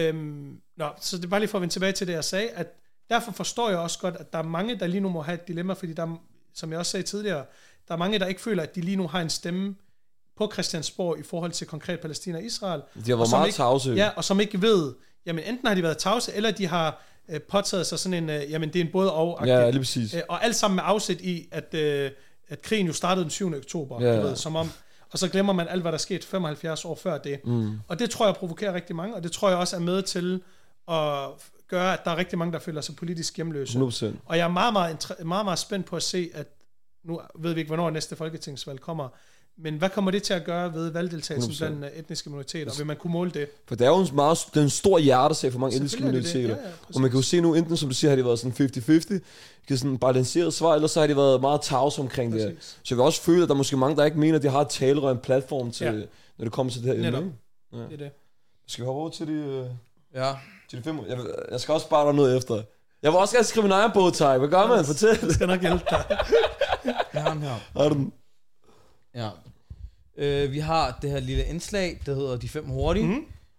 Så det er bare lige for at vende tilbage til det, jeg sagde, at derfor forstår jeg også godt, at der er mange, der lige nu må have et dilemma, fordi der, som jeg også sagde tidligere, der er mange, der ikke føler, at de lige nu har en stemme på Christiansborg i forhold til konkret Palæstina og Israel. De har været meget tavse. Ja, og som ikke ved, jamen enten har de været tavse, eller de har påtaget sig sådan en, jamen det er en både og. Ja, lige præcis. Og alt sammen med afsæt i, at krigen jo startede den 7. oktober, du ved, som om, og så glemmer man alt, hvad der skete 75 år før det. Og det tror jeg provokerer rigtig mange, og det tror jeg også er med til at gøre, at der er rigtig mange, der føler sig politisk hjemløse. 100%. Og jeg er meget, meget spændt på at se, at nu ved vi ikke, hvornår næste folketingsvalg kommer, men hvad kommer det til at gøre ved valgdeltagelsen blandt etniske minoriteter? Vil man kunne måle det? For det er jo en stor hjertesag for mange etniske minoriteter. Og man kan jo se nu, enten som du siger, har det været sådan 50-50, ikke sådan balanceret svar, eller så har det været meget tavs omkring det her. Så jeg vil også føle, at der er måske mange, der ikke mener, at de har et talerør, en platform til, når det kommer til det her emne. Ja. Det er det. Skal vi hoppe over til de... til de 5 år? Jeg skal også bare der noget efter. Jeg vil også gerne skrive en egen bog, Tej. Hvad gør man? Fortæl. Det skal nok hjælpe dig. Jeg har den her. Har du den? Ja. Vi har det her lille indslag, der hedder De 5 hurtige.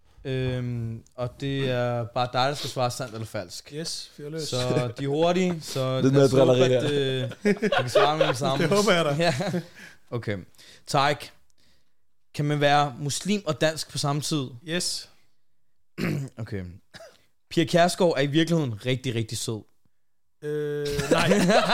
Og det er bare dig, der skal svare sandt eller falsk. Yes, fyrløs. Så de er hurtige, så det er håbe, at jeg kan svare med det samme. Det håber jeg da. Ja. Okay. Taik, kan man være muslim og dansk på samme tid? Yes. Okay. Pia Kjærsgaard er i virkeligheden rigtig, rigtig sød. Nej.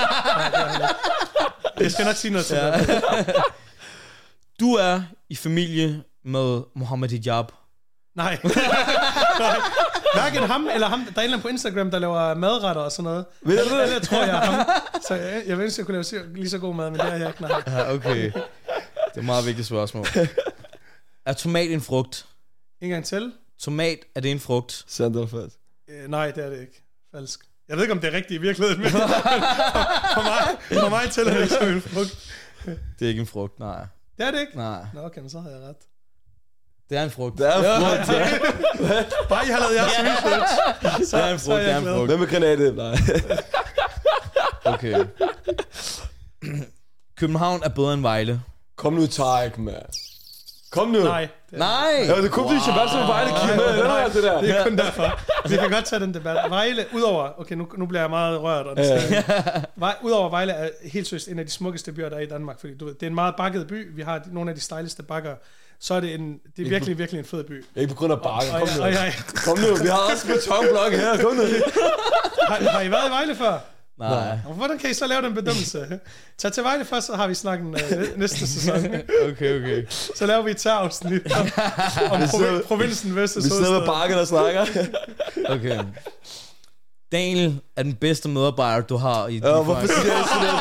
Jeg skal nok sige noget til dig. Du er i familie med Mohammed Hijab. Nej. Hverken ham eller ham. Der er en eller anden på Instagram, der laver madretter og sådan noget. Ved du det? Jeg tror, jeg er ham. Så jeg vil ønske, jeg kunne lave lige så god mad, men det er jeg ikke. Nej. Ja, okay. Det er et meget vigtigt spørgsmål. Er tomat en frugt? En gang til. Tomat, er det en frugt? Sandt eller falsk? Nej, det er det ikke. Falsk. Jeg ved ikke, om det er rigtigt i virkeligheden, men for mig tæller det ikke som en frugt. Det er ikke en frugt, nej. Det er det ikke? Nej. Nå, okay, så har jeg ret. Det er en frugt. Det er en frugt, ja. Bare I har lavet jeres research. Det er en frugt, det er en frugt. Hvem med granate? Nej. Okay. København er bedre end Vejle. Kom nu, Taik, mand. Kom nu. Nej. Ja, det kunne blive Shabbat som Vejle kigge med. Det der. Det er kun derfor. Vi kan godt tage den debat. Vejle, udover... Okay, nu bliver jeg meget rørt. Udover Vejle er helt seriøst en af de smukkeste byer, der er i Danmark. Fordi du ved, det er en meget bakket by. Vi har nogle af de stejligste bakker. Så er det det er virkelig, virkelig en fed by. Ikke på grund af bakker. Kom nu. Vi har også betonblok her. Kom nu. Har I været i Vejle før? Nej. Hvordan kan I så lave den bedømmelse? Tag til Vejle først, så har vi snakken næste sæson. Okay. Så laver vi et afsnit om provinsen versus vi sidder med bakken og snakker. Okay. Daniel er den bedste medarbejder, du har i hvorfor siger jeg sådan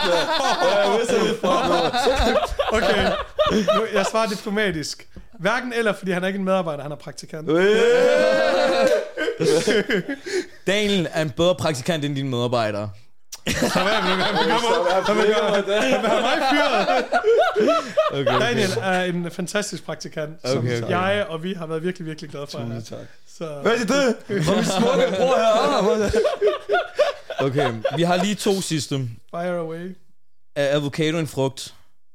noget? Okay, nu, jeg svarer diplomatisk. Hverken eller, fordi han er ikke en medarbejder, han er praktikant. Daniel er en bedre praktikant end dine medarbejdere. Så hvad er det? Daniel er en fantastisk praktikant, som jeg og vi har været virkelig, virkelig glade for. Tak. Hvad er det? Hvor vi smukke bror her. Okay, vi har lige 2 sidste. Fire away. Er avocado en frugt?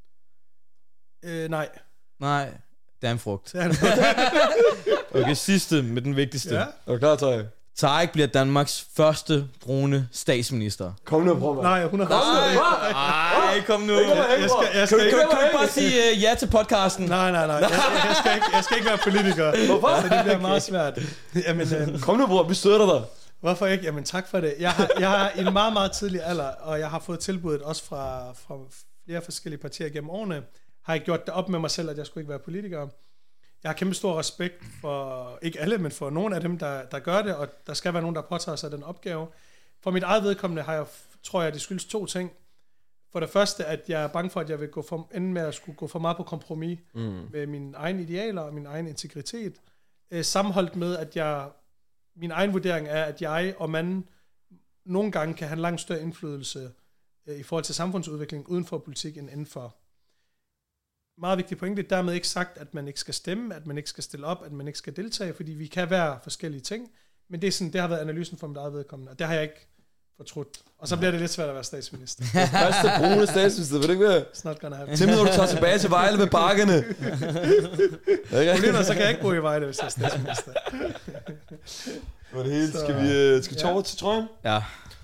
Nej. Nej, det er en frugt. Okay, sidste med den vigtigste. Ja. Er du klar, Tarek? Tarek bliver Danmarks første brune statsminister. Kom nu, bror. Nej, hun er Nej, kom nu. Jeg skal ikke bare sige ja til podcasten. Nej. Jeg skal ikke være politiker. Hvorfor? Så det bliver meget svært. Jamen, kom nu, bror. Vi støtter dig. Hvorfor ikke? Jamen, tak for det. Jeg har i en meget, meget tidlig alder, og jeg har fået tilbuddet også fra flere forskellige partier gennem årene, har jeg gjort det op med mig selv, at jeg skulle ikke være politiker. Jeg har kæmpe stor respekt for, ikke alle, men for nogle af dem, der gør det, og der skal være nogen, der påtager sig den opgave. For mit eget vedkommende tror jeg, det skyldes 2 ting. For det første, at jeg er bange for, at jeg vil ende med at skulle gå for meget på kompromis med mine egne idealer og min egen integritet. Sammenholdt med, at min egen vurdering er, at jeg og manden nogle gange kan have en langt større indflydelse i forhold til samfundsudvikling uden for politik end inden for. Meget vigtig pointe, dermed ikke sagt, at man ikke skal stemme, at man ikke skal stille op, at man ikke skal deltage, fordi vi kan være forskellige ting, men det har været analysen for mit eget vedkommende, og det har jeg ikke fortrudt. Og så bliver det lidt svært at være statsminister. Første brune statsminister, vil det ikke være? It's not gonna happen. Til når du tager tilbage til Vejle med bakkerne. Så kan jeg ikke bo i Vejle, hvis jeg er statsminister. Hvor det hele. Skal vi tage over til trøjen? Ja.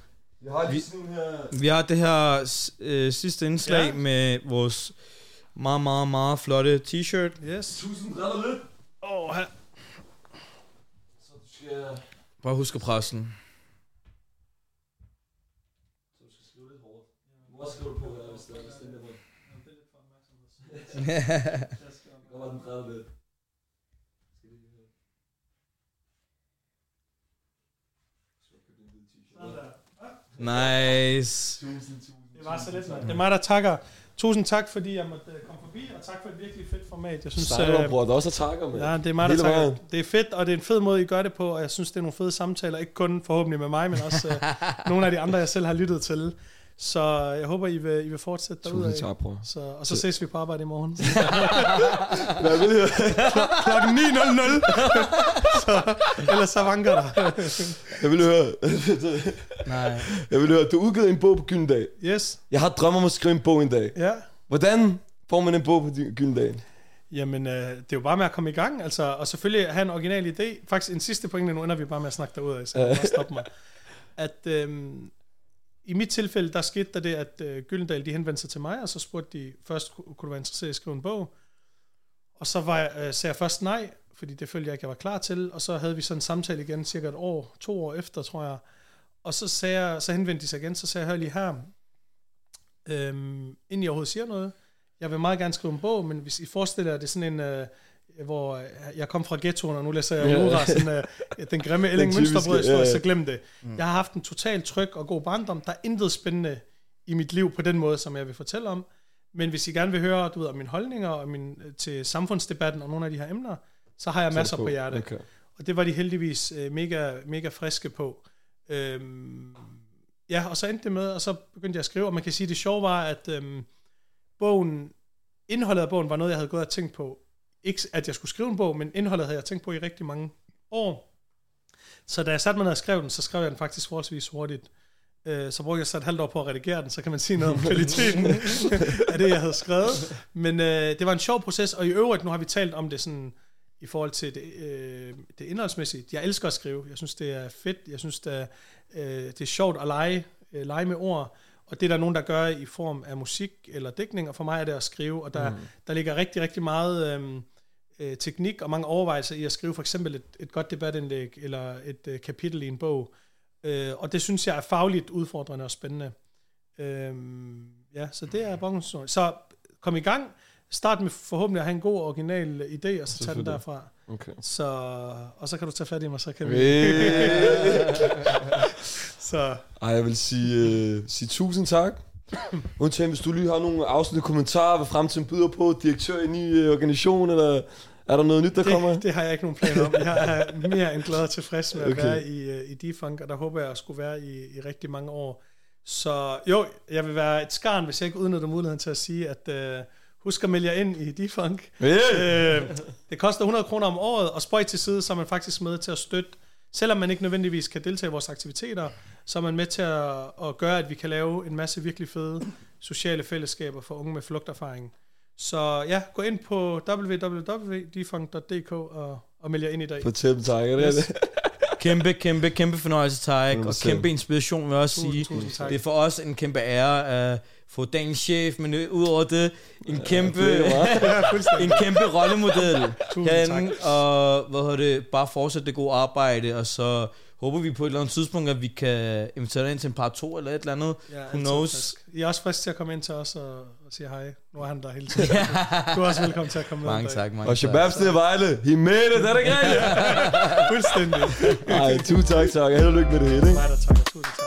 Vi har det her sidste indslag med vores meget, meget, meget flotte t-shirt. Yes. 1000 grader lidt. Her. Så du skal... Bare husk at presse den. Så du skal skrive lidt hårdt. Du må også skrive på her, hvis det er der. Det er lidt for opmærksomhed. Der var den grader lidt. Nice. Det var så lidt. Det er mig, der takker. Tusind tak, fordi jeg måtte komme forbi, og tak for et virkelig fedt format. Jeg synes, bror, der også takker med. Ja, det er mig, der takker. Det er fedt, og det er en fed måde, I gør det på, og jeg synes, det er nogle fede samtaler. Ikke kun forhåbentlig med mig, men også nogle af de andre, jeg selv har lyttet til. Så jeg håber, I vil fortsætte derudad. Tusind tak, bror. Og så ses vi på arbejde i morgen. Jeg vil høre. Klokken 9.00. Ellers så vanker der. Jeg vil høre. Nej. Jeg vil høre, du har udgivet en bog på Gyldendal. Yes. Jeg har drømmer om at skrive en bog en dag. Ja. Hvordan får man en bog på Gyldendal? Jamen, det er jo bare med at komme i gang, altså, og selvfølgelig have en original idé. Faktisk en sidste pointe, nu ender vi bare med at snakke derudad, så jeg kan bare stoppe mig. At i mit tilfælde, der skete der det, at Gyldendal, de henvendte sig til mig, og så spurgte de først, kunne du være interesseret i at skrive en bog? Og så sagde jeg først nej, fordi det følte jeg ikke, jeg var klar til, og så havde vi sådan en samtale igen, cirka 2 år efter, tror jeg. Og så henvendte de sig igen, så sagde jeg, hør lige her, inden jeg overhovedet siger noget, jeg vil meget gerne skrive en bog, men hvis I forestiller jer, det er sådan en, hvor jeg kom fra ghettoen, og nu læser jeg jura, sådan den grimme Elling Mønsterbrød, så glem det. Jeg har haft en total tryg og god barndom, der er intet spændende i mit liv på den måde, som jeg vil fortælle om, men hvis I gerne vil høre, du ved, om mine holdninger og til samfundsdebatten og nogle af de her emner, så har jeg masser på hjerte. Okay. Og det var de heldigvis mega, mega friske på. Ja, og så endte det med, og så begyndte jeg at skrive, og man kan sige, at det sjove var, at indholdet af bogen var noget, jeg havde gået og tænkt på. Ikke at jeg skulle skrive en bog, men indholdet havde jeg tænkt på i rigtig mange år. Så da jeg satte mig ned og skrev den, så skrev jeg den faktisk forholdsvis hurtigt. Så brugte jeg så et halvt år på at redigere den, så kan man sige noget om kvaliteten af det, jeg havde skrevet. Men det var en sjov proces, og i øvrigt, nu har vi talt om det sådan, i forhold til det indholdsmæssige. Jeg elsker at skrive. Jeg synes, det er fedt. Jeg synes, det er sjovt at lege med ord. Og det er der nogen, der gør i form af musik eller dækning, og for mig er det at skrive. Og der ligger rigtig, rigtig meget teknik og mange overvejelser i at skrive for eksempel et godt debatindlæg eller et kapitel i en bog. Og det synes jeg er fagligt udfordrende og spændende. Ja, så det er bogens. Så kom i gang. Start med forhåbentlig at have en god original idé, og så tage den derfra. Okay. Og så kan du tage fat i mig, så kan vi... Så... Ej, jeg vil sige tusind tak. Undtagen, hvis du lige har nogle afsluttende kommentarer, hvad fremtiden byder på, direktør i en ny organisation, eller er der noget nyt, der kommer? Det har jeg ikke nogen planer om. Jeg er mere end glad og tilfreds med at være i D-Funk, og der håber jeg at skulle være i rigtig mange år. Så jo, jeg vil være et skarn, hvis jeg ikke udnytter muligheden til at sige, at husk at melde jer ind i D-Funk. Det koster 100 kroner om året, og spøjt til side, så er man faktisk med til at støtte. Selvom man ikke nødvendigvis kan deltage i vores aktiviteter, så er man med til at gøre, at vi kan lave en masse virkelig fede sociale fællesskaber for unge med flugterfaring. Så ja, gå ind på www.dfunk.dk og meld jer ind i dag. Fortæl dem, tak. Kæmpe fornøjelse, Tarek, og kæmpe inspiration, vil jeg også sige. Det er for os en kæmpe ære at få dagens chef, men udover det, en kæmpe rollemodel herinde, og bare fortsætte det gode arbejde, og så håber vi på et eller andet tidspunkt, at vi kan invitere dig ind til en part 2 eller et eller andet. Ja, who knows? I er også frisk til at komme ind til os og sige hej. Nu er han der hele tiden. Du er også velkommen til at komme med. Mange tak. Og Shababs nede i Vejle, he made it, er det ikke rigtigt? Fuldstændig. Ej, tusind tak. Held og lykke med det hele. Nej, der takker. Tusind tak.